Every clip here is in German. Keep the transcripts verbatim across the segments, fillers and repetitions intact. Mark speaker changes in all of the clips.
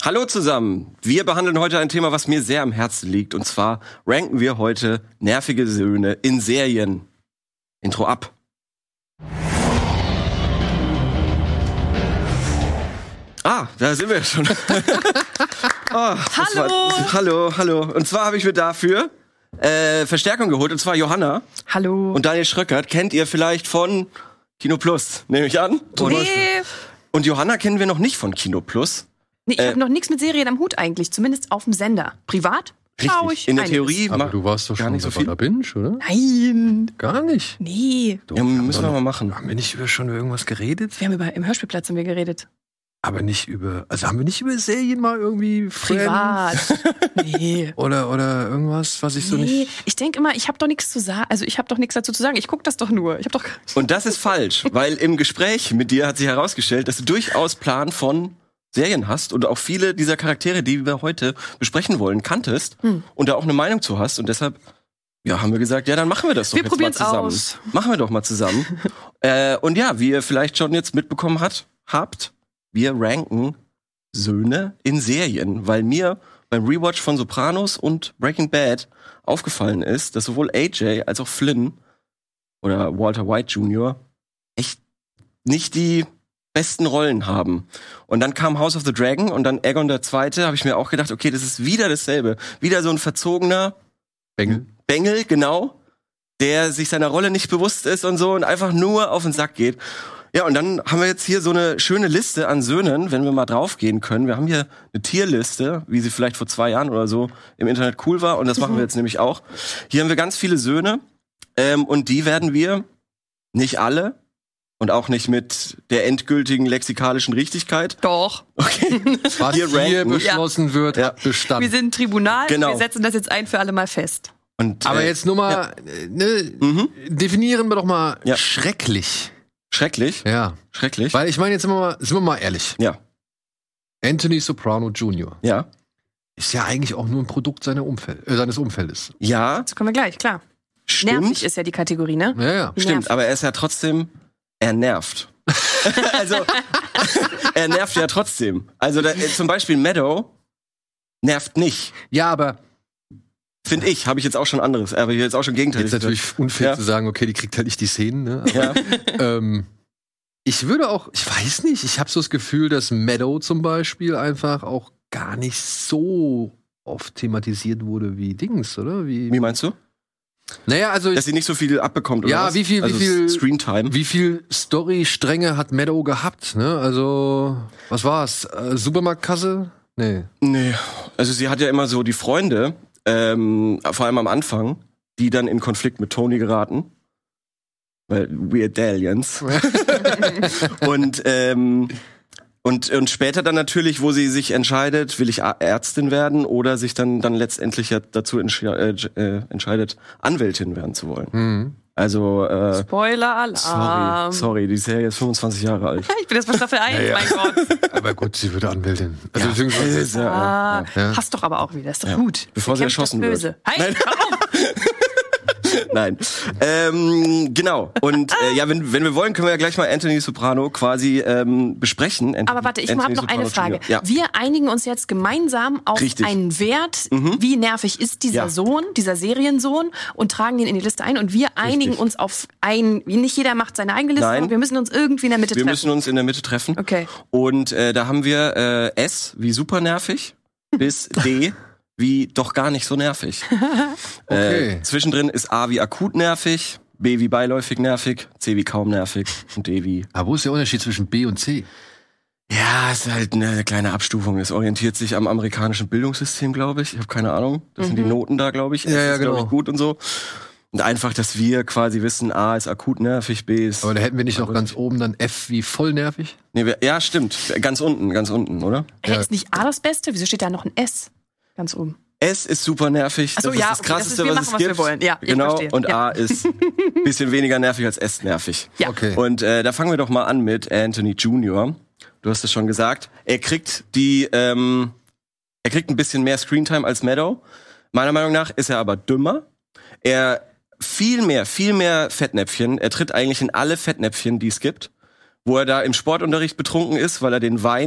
Speaker 1: Hallo zusammen. Wir behandeln heute ein Thema, was mir sehr am Herzen liegt. Und zwar ranken wir heute nervige Söhne in Serien. Intro ab. Ah, da sind wir schon. oh,
Speaker 2: hallo.
Speaker 1: War, hallo, hallo. Und zwar habe ich mir dafür äh, Verstärkung geholt. Und zwar Johanna.
Speaker 2: Hallo.
Speaker 1: Und Daniel Schröckert kennt ihr vielleicht von Kino Plus, nehme ich an.
Speaker 2: Nee.
Speaker 1: Und Johanna kennen wir noch nicht von Kino Plus.
Speaker 2: Nee, ich
Speaker 1: äh,
Speaker 2: habe noch nichts mit Serien am Hut eigentlich, zumindest auf dem Sender. Privat schau ich
Speaker 1: in der
Speaker 2: einiges.
Speaker 1: Theorie.
Speaker 3: Aber du warst doch
Speaker 1: gar
Speaker 3: schon
Speaker 1: nicht so
Speaker 3: bei
Speaker 1: viel.
Speaker 3: der Binge, oder?
Speaker 2: Nein.
Speaker 3: Gar nicht.
Speaker 2: Nee.
Speaker 3: Doch,
Speaker 1: Ja,
Speaker 3: wir haben
Speaker 1: müssen wir
Speaker 3: doch-
Speaker 1: mal machen.
Speaker 3: Haben wir nicht über schon über irgendwas geredet?
Speaker 2: Wir haben über im Hörspielplatz haben wir geredet.
Speaker 3: Aber nicht über, also haben wir nicht über Serien mal irgendwie
Speaker 2: Privat. nee.
Speaker 3: Oder, oder irgendwas, was ich so
Speaker 2: Nee,
Speaker 3: nicht...
Speaker 2: ich denke immer, ich habe doch nichts zu sagen. Also ich habe doch nichts dazu zu sagen. Ich gucke das doch nur. Ich habe doch.
Speaker 1: Und das ist falsch, weil im Gespräch mit dir hat sich herausgestellt, dass du durchaus Plan von Serien hast und auch viele dieser Charaktere, die wir heute besprechen wollen, kanntest
Speaker 2: Hm.
Speaker 1: und da auch eine Meinung zu hast. Und deshalb ja, haben wir gesagt, ja, dann machen wir das doch
Speaker 2: Wir
Speaker 1: jetzt mal
Speaker 2: probieren's
Speaker 1: zusammen.
Speaker 2: aus.
Speaker 1: Machen wir doch mal zusammen. äh, und ja, wie ihr vielleicht schon jetzt mitbekommen hat, habt, wir ranken Söhne in Serien, weil mir beim Rewatch von Sopranos und Breaking Bad aufgefallen ist, dass sowohl A J als auch Flynn oder Walter White Junior echt nicht die besten Rollen haben. Und dann kam House of the Dragon und dann Aegon der Zweite, habe ich mir auch gedacht, okay, das ist wieder dasselbe. Wieder so ein verzogener
Speaker 3: Bengel.
Speaker 1: Bengel, genau, der sich seiner Rolle nicht bewusst ist und so und einfach nur auf den Sack geht. Ja, und dann haben wir jetzt hier so eine schöne Liste an Söhnen, wenn wir mal draufgehen können. Wir haben hier eine Tierliste, wie sie vielleicht vor zwei Jahren oder so im Internet cool war. Und das machen wir jetzt nämlich auch. Hier haben wir ganz viele Söhne. Ähm, und die werden wir, nicht alle, und auch nicht mit der endgültigen lexikalischen Richtigkeit.
Speaker 2: Doch.
Speaker 1: Okay.
Speaker 3: Was
Speaker 1: Hier
Speaker 3: hier,
Speaker 1: ranken.
Speaker 3: beschlossen wird,
Speaker 1: Ja.
Speaker 3: hat Bestand.
Speaker 2: Wir sind ein Tribunal.
Speaker 1: Genau.
Speaker 2: Wir setzen das jetzt ein für alle Mal fest.
Speaker 1: Und,
Speaker 3: Aber
Speaker 1: äh,
Speaker 3: jetzt nur mal, äh, ne,
Speaker 1: Mhm.
Speaker 3: definieren wir doch mal
Speaker 1: Ja.
Speaker 3: schrecklich.
Speaker 1: Schrecklich.
Speaker 3: Ja.
Speaker 1: Schrecklich.
Speaker 3: Weil ich meine, jetzt sind wir mal, sind wir mal ehrlich.
Speaker 1: Ja.
Speaker 3: Anthony Soprano Junior
Speaker 1: Ja.
Speaker 3: ist ja eigentlich auch nur ein Produkt seiner Umfeld, äh, seines Umfeldes.
Speaker 1: Ja,
Speaker 2: Das können wir gleich, klar.
Speaker 1: stimmt.
Speaker 2: Nervig ist ja die Kategorie, ne?
Speaker 3: Ja, ja.
Speaker 1: Stimmt,
Speaker 2: Nervig.
Speaker 1: aber er ist ja trotzdem, er nervt. also, er nervt ja trotzdem. Also da, äh, zum Beispiel Meadow nervt nicht.
Speaker 3: Ja, aber
Speaker 1: Finde ich, habe ich jetzt auch schon anderes, aber ich jetzt auch schon gegenteilig.
Speaker 3: jetzt natürlich unfair
Speaker 1: Ja.
Speaker 3: zu sagen, okay, die kriegt halt nicht die Szenen, ne? Aber,
Speaker 1: Ja.
Speaker 3: ähm, ich würde auch, ich weiß nicht, ich habe so das Gefühl, dass Meadow zum Beispiel einfach auch gar nicht so oft thematisiert wurde wie Dings, oder? Wie,
Speaker 1: Wie meinst du?
Speaker 3: naja, also ich,
Speaker 1: Dass sie nicht so viel abbekommt, oder
Speaker 3: Ja,
Speaker 1: was?
Speaker 3: wie viel- wie
Speaker 1: also
Speaker 3: viel-
Speaker 1: Screentime?
Speaker 3: wie viel Storystränge hat Meadow gehabt, ne? Also, was war's? Äh, Supermarktkasse? Nee.
Speaker 1: Nee, also sie hat ja immer so die Freunde, ähm, vor allem am Anfang, die dann in Konflikt mit Tony geraten. Weil Weird Aliens. und, ähm, und, und später dann natürlich, wo sie sich entscheidet, will ich A- Ärztin werden oder sich dann, dann letztendlich ja dazu entsche äh, äh, entscheidet, Anwältin werden zu wollen.
Speaker 3: Mhm.
Speaker 1: Also, äh,
Speaker 2: Spoiler-Alarm.
Speaker 1: sorry, sorry, die Serie ist fünfundzwanzig Jahre alt.
Speaker 2: Ich bin jetzt bei Staffel eins,
Speaker 3: Ja, ja.
Speaker 2: mein Gott.
Speaker 3: Aber gut, sie würde Anwältin. Also,
Speaker 1: Ja.
Speaker 3: beziehungsweise-
Speaker 1: Ist ja,
Speaker 2: Ah,
Speaker 1: ja.
Speaker 3: Ja.
Speaker 2: Hast doch aber auch wieder. Ist doch
Speaker 1: Ja.
Speaker 2: gut.
Speaker 1: Bevor sie
Speaker 2: Bekämpft
Speaker 1: erschossen
Speaker 2: das
Speaker 1: wird.
Speaker 2: Böse. Hey,
Speaker 1: Nein.
Speaker 2: hör auf.
Speaker 1: Nein. Ähm, genau. Und äh, ja, wenn, wenn wir wollen, können wir ja gleich mal Anthony Soprano quasi ähm, besprechen. Anthony,
Speaker 2: Aber warte, ich habe
Speaker 1: Anthony
Speaker 2: noch eine
Speaker 1: Soprano
Speaker 2: Frage.
Speaker 1: Junior. Ja.
Speaker 2: Wir einigen uns jetzt gemeinsam auf
Speaker 1: Richtig.
Speaker 2: einen Wert,
Speaker 1: Mhm.
Speaker 2: wie nervig ist dieser
Speaker 1: Ja.
Speaker 2: Sohn, dieser Seriensohn, und tragen den in die Liste ein. Und wir einigen
Speaker 1: Richtig.
Speaker 2: uns auf ein, nicht jeder macht seine eigene Liste,
Speaker 1: Nein.
Speaker 2: aber wir müssen uns irgendwie in der Mitte
Speaker 1: Wir
Speaker 2: treffen.
Speaker 1: müssen uns in der Mitte treffen.
Speaker 2: Okay.
Speaker 1: Und äh, da haben wir äh, S wie super nervig bis D wie doch gar nicht so nervig.
Speaker 3: Okay.
Speaker 1: Äh, zwischendrin ist A wie akut nervig, B wie beiläufig nervig, C wie kaum nervig und D wie...
Speaker 3: Aber wo ist der Unterschied zwischen B und C?
Speaker 1: Ja, ist halt eine kleine Abstufung. Es orientiert sich am amerikanischen Bildungssystem, glaube ich. Ich habe keine Ahnung. Das sind die Noten da, glaube ich.
Speaker 3: Ja, ja,
Speaker 1: ist, glaub
Speaker 3: genau.
Speaker 1: ich, gut und so. Und einfach, dass wir quasi wissen, A ist akut nervig, B ist...
Speaker 3: Aber da hätten wir nicht noch ganz oben dann F wie voll nervig?
Speaker 1: Nee, wir, ja, stimmt. Ganz unten, ganz unten, oder?
Speaker 2: Hey,
Speaker 3: Ja.
Speaker 2: ist nicht A das Beste? Wieso steht da noch ein S ganz oben?
Speaker 1: S ist super nervig.
Speaker 2: Ach so,
Speaker 1: das
Speaker 2: ja,
Speaker 1: ist das
Speaker 2: okay, das
Speaker 1: Krasseste,
Speaker 2: ist- wir
Speaker 1: was
Speaker 2: machen,
Speaker 1: es
Speaker 2: was wir
Speaker 1: gibt.
Speaker 2: wollen. Ja, ich
Speaker 1: genau.
Speaker 2: verstehe.
Speaker 1: Und
Speaker 2: Ja.
Speaker 1: A ist ein bisschen weniger nervig als S nervig.
Speaker 2: Ja.
Speaker 3: Okay.
Speaker 1: Und äh, da fangen wir doch mal an mit Anthony Junior Du hast es schon gesagt. Er kriegt die, ähm, er kriegt ein bisschen mehr Screentime als Meadow. Meiner Meinung nach ist er aber dümmer. Er viel mehr, viel mehr Fettnäpfchen. Er tritt eigentlich in alle Fettnäpfchen, die es gibt. Wo er da im Sportunterricht betrunken ist, weil er den Wein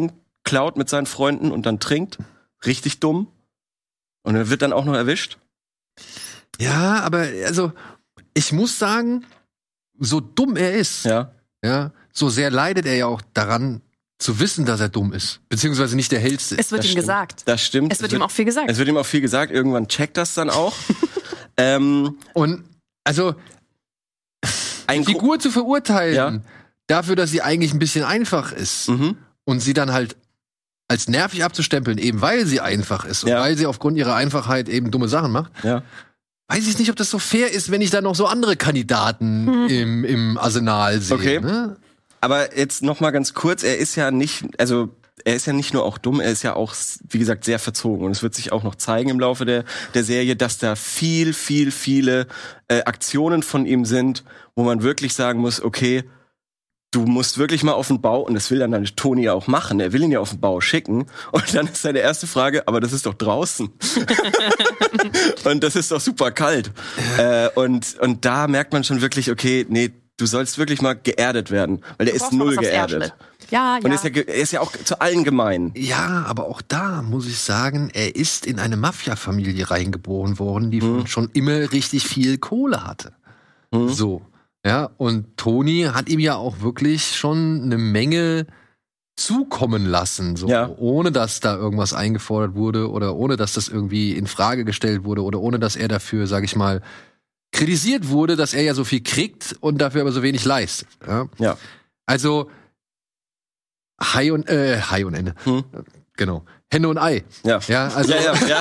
Speaker 1: klaut mit seinen Freunden und dann trinkt. Richtig dumm. Und er wird dann auch noch erwischt.
Speaker 3: Ja, aber also, ich muss sagen, so dumm er ist,
Speaker 1: Ja.
Speaker 3: ja, so sehr leidet er ja auch daran, zu wissen, dass er dumm ist. Beziehungsweise nicht der Hellste ist.
Speaker 2: Es wird
Speaker 1: Das
Speaker 2: ihm
Speaker 1: stimmt.
Speaker 2: gesagt.
Speaker 1: Das stimmt.
Speaker 2: Es wird ihm auch viel gesagt.
Speaker 1: Es wird ihm auch viel gesagt. Irgendwann checkt das dann auch. ähm,
Speaker 3: Und also,
Speaker 1: ein
Speaker 3: die Figur zu verurteilen,
Speaker 1: Ja.
Speaker 3: dafür, dass sie eigentlich ein bisschen einfach ist
Speaker 1: Mhm.
Speaker 3: und sie dann halt als nervig abzustempeln, eben weil sie einfach ist und
Speaker 1: Ja.
Speaker 3: weil sie aufgrund ihrer Einfachheit eben dumme Sachen macht,
Speaker 1: Ja.
Speaker 3: weiß ich nicht, ob das so fair ist, wenn ich da noch so andere Kandidaten
Speaker 2: Hm.
Speaker 3: im, im Arsenal sehe.
Speaker 1: Okay.
Speaker 3: Ne?
Speaker 1: Aber jetzt noch mal ganz kurz, er ist ja nicht, also er ist ja nicht nur auch dumm, er ist ja auch, wie gesagt, sehr verzogen. Und es wird sich auch noch zeigen im Laufe der, der Serie, dass da viel, viel, viele äh, Aktionen von ihm sind, wo man wirklich sagen muss, okay, du musst wirklich mal auf den Bau, und das will dann, dann Toni ja auch machen, er will ihn ja auf den Bau schicken. Und dann ist seine erste Frage, aber das ist doch draußen. Und das ist doch super kalt. Äh, und, und da merkt man schon wirklich, okay, nee, du sollst wirklich mal geerdet werden, weil der
Speaker 2: Du
Speaker 1: ist
Speaker 2: brauchst mal
Speaker 1: null
Speaker 2: was aufs
Speaker 1: geerdet.
Speaker 2: Ärschle. Ja,
Speaker 1: Und
Speaker 2: ja.
Speaker 1: er ist ja, ge- er ist ja auch zu allen gemein.
Speaker 3: Ja, aber auch da muss ich sagen, er ist in eine Mafia-Familie reingeboren worden, die
Speaker 1: Mhm.
Speaker 3: schon immer richtig viel Kohle hatte.
Speaker 1: Mhm.
Speaker 3: So. Ja, und Toni hat ihm ja auch wirklich schon eine Menge zukommen lassen, so,
Speaker 1: Ja.
Speaker 3: ohne dass da irgendwas eingefordert wurde oder ohne dass das irgendwie in Frage gestellt wurde oder ohne dass er dafür, sag ich mal, kritisiert wurde, dass er ja so viel kriegt und dafür aber so wenig leistet. Ja.
Speaker 1: Ja.
Speaker 3: Also Hai und äh, Hai und Ende.
Speaker 1: Hm.
Speaker 3: Genau. Henne und Ei.
Speaker 1: Ja.
Speaker 3: Ja, also,
Speaker 1: Ja, ja, ja.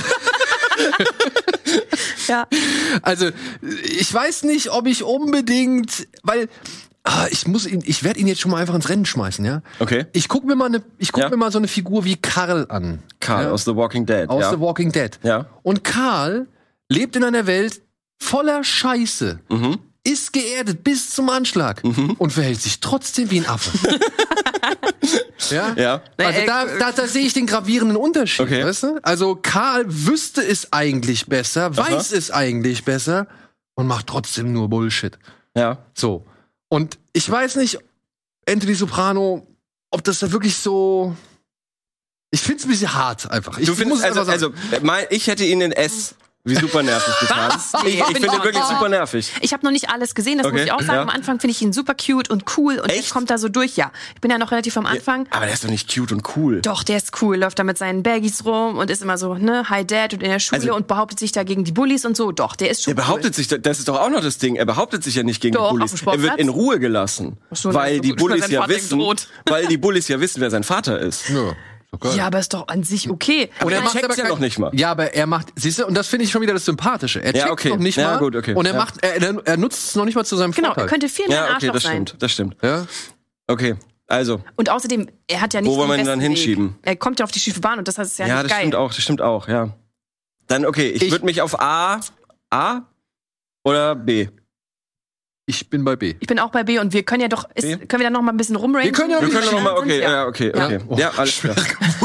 Speaker 2: ja.
Speaker 3: also ich weiß nicht, ob ich unbedingt, weil ah, ich muss ihn, ich werde ihn jetzt schon mal einfach ins Rennen schmeißen, ja.
Speaker 1: Okay.
Speaker 3: Ich guck mir mal eine, ich guck
Speaker 1: Ja.
Speaker 3: mir mal so eine Figur wie Karl an.
Speaker 1: Carl
Speaker 3: ja?
Speaker 1: aus The Walking Dead.
Speaker 3: aus
Speaker 1: ja.
Speaker 3: The Walking Dead.
Speaker 1: Ja.
Speaker 3: Und Karl lebt in einer Welt voller Scheiße.
Speaker 1: Mhm.
Speaker 3: Ist geerdet bis zum Anschlag und verhält sich trotzdem wie ein Affe. ja?
Speaker 1: Ja.
Speaker 3: Also
Speaker 2: Nee,
Speaker 3: da,
Speaker 2: äh,
Speaker 3: da, da sehe ich den gravierenden Unterschied.
Speaker 1: Okay.
Speaker 3: Weißt du? Also Karl wüsste es eigentlich besser, weiß es eigentlich besser und macht trotzdem nur Bullshit.
Speaker 1: Ja.
Speaker 3: So. Und ich weiß nicht, Anthony Soprano, ob das da wirklich so. Ich finde es ein bisschen hart einfach. Ich
Speaker 1: Du findest,
Speaker 3: muss
Speaker 1: also,
Speaker 3: einfach sagen.
Speaker 1: also, äh, mein, ich hätte ihn in S wie super nervig getan.
Speaker 2: Was?
Speaker 1: Ich,
Speaker 2: Nee,
Speaker 1: ich
Speaker 2: bin
Speaker 1: finde ihn
Speaker 2: ich
Speaker 1: wirklich
Speaker 2: auch.
Speaker 1: super nervig.
Speaker 2: Ich habe noch nicht alles gesehen, das
Speaker 1: Okay,
Speaker 2: muss ich auch sagen.
Speaker 1: ja.
Speaker 2: Am Anfang finde ich ihn super cute und cool und
Speaker 1: Echt?
Speaker 2: jetzt kommt er so durch. Ja, ich bin ja noch relativ am Anfang.
Speaker 1: Aber der ist doch nicht cute und cool.
Speaker 2: Doch, der ist cool, läuft da mit seinen Baggies rum und ist immer so, ne, Hi Dad und in der Schule
Speaker 1: Also-
Speaker 2: und behauptet sich da gegen die Bullies und so. Doch, der ist schon
Speaker 1: Er behauptet sich, das ist doch auch noch das Ding, er behauptet sich ja nicht gegen
Speaker 2: Doch,
Speaker 1: die
Speaker 2: auf
Speaker 1: Bullies.
Speaker 2: dem
Speaker 1: Er wird
Speaker 2: Sportplatz.
Speaker 1: in Ruhe gelassen.
Speaker 2: Ach so,
Speaker 1: weil
Speaker 2: na,
Speaker 1: die
Speaker 2: so,
Speaker 1: Bullies
Speaker 2: sein
Speaker 1: ja
Speaker 2: Vater ihm
Speaker 1: wissen,
Speaker 2: droht.
Speaker 1: weil die Bullies ja wissen, wer sein Vater ist.
Speaker 3: Ja, so geil.
Speaker 2: Ja, aber ist doch an sich okay.
Speaker 1: Aber
Speaker 3: er
Speaker 1: er
Speaker 3: macht
Speaker 1: checkt's
Speaker 3: aber
Speaker 1: ja
Speaker 3: kein-
Speaker 1: noch nicht mal.
Speaker 3: Ja, aber er macht, siehst du, und das finde ich schon wieder das Sympathische. Er
Speaker 1: Ja,
Speaker 3: checkt
Speaker 1: okay.
Speaker 3: noch nicht
Speaker 1: Ja,
Speaker 3: mal.
Speaker 1: gut, okay.
Speaker 3: Und er
Speaker 1: Ja.
Speaker 3: macht, er, er, er nutzt es noch nicht mal zu seinem
Speaker 2: Genau, er
Speaker 3: Vorteil.
Speaker 2: könnte viel mehr
Speaker 1: Ja, okay,
Speaker 2: Arschloch
Speaker 1: das
Speaker 2: sein.
Speaker 1: stimmt, das stimmt.
Speaker 3: Ja?
Speaker 1: Okay, also,
Speaker 2: Und außerdem, er hat ja nicht
Speaker 1: Wo wollen
Speaker 2: den
Speaker 1: wir ihn dann
Speaker 2: besten
Speaker 1: hinschieben?
Speaker 2: Weg. Er kommt ja auf die schiefe Bahn und das ist ja,
Speaker 1: ja,
Speaker 2: nicht
Speaker 1: das
Speaker 2: geil.
Speaker 1: stimmt auch, das stimmt auch, ja. Dann, okay, ich,
Speaker 3: Ich-
Speaker 1: würde mich auf A, A oder B?
Speaker 3: Ich bin bei B.
Speaker 2: Ich bin auch bei B und wir können ja doch, ist,
Speaker 1: B?
Speaker 2: können wir dann noch mal ein bisschen rumranken?
Speaker 3: Wir können ja-
Speaker 1: Wir können doch noch mal, okay,
Speaker 2: Ja.
Speaker 1: ja, okay,
Speaker 2: Ja.
Speaker 1: okay. Ja, alles klar.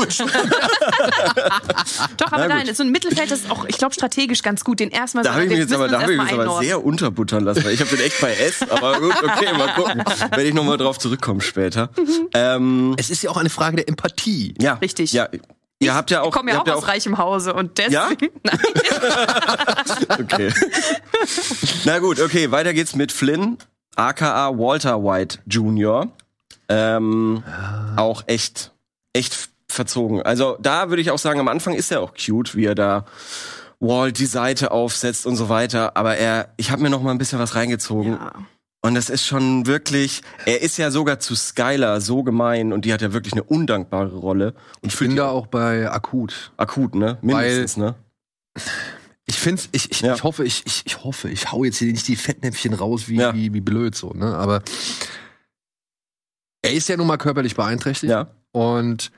Speaker 2: Doch, aber
Speaker 1: Na
Speaker 2: nein,
Speaker 1: gut.
Speaker 2: so ein Mittelfeld ist auch, ich glaube, strategisch ganz gut. Den erstmal
Speaker 1: Da
Speaker 2: so,
Speaker 1: habe ich mich
Speaker 2: wir
Speaker 1: jetzt aber,
Speaker 2: müssen
Speaker 1: da
Speaker 2: uns
Speaker 1: habe ich mich
Speaker 2: erstmal
Speaker 1: aber
Speaker 2: einordnen.
Speaker 1: sehr unterbuttern lassen. Weil ich habe den echt bei S, aber gut, okay, mal gucken. Werde ich noch mal drauf zurückkommen später. ähm,
Speaker 3: Es ist ja auch eine Frage der Empathie.
Speaker 1: ja,
Speaker 2: Richtig.
Speaker 1: Ja, ihr habt ja auch,
Speaker 2: Ich komme
Speaker 1: ihr
Speaker 2: ja
Speaker 1: habt
Speaker 2: auch
Speaker 1: ja
Speaker 2: aus reichem Hause und deswegen.
Speaker 1: Ja?
Speaker 2: Nein.
Speaker 1: Okay. Na gut, okay, weiter geht's mit Flynn, aka Walter White Junior Ähm, Auch echt, echt verzogen. Also da würde ich auch sagen, am Anfang ist er auch cute, wie er da Walt die Seite aufsetzt und so weiter. Aber er, ich habe mir noch mal ein bisschen was reingezogen.
Speaker 2: Ja.
Speaker 1: Und das ist schon wirklich, er ist ja sogar zu Skylar so gemein und die hat ja wirklich eine undankbare Rolle. Und
Speaker 3: Ich bin da auch bei akut.
Speaker 1: akut, ne? Mindestens, ne?
Speaker 3: Ich find's, ich, ich,
Speaker 1: Ja.
Speaker 3: ich hoffe, ich, ich, ich hoffe, ich hau jetzt hier nicht die Fettnäpfchen raus, wie,
Speaker 1: Ja.
Speaker 3: wie, wie blöd so, ne? Aber er ist ja nun mal körperlich beeinträchtigt.
Speaker 1: Ja.
Speaker 3: Und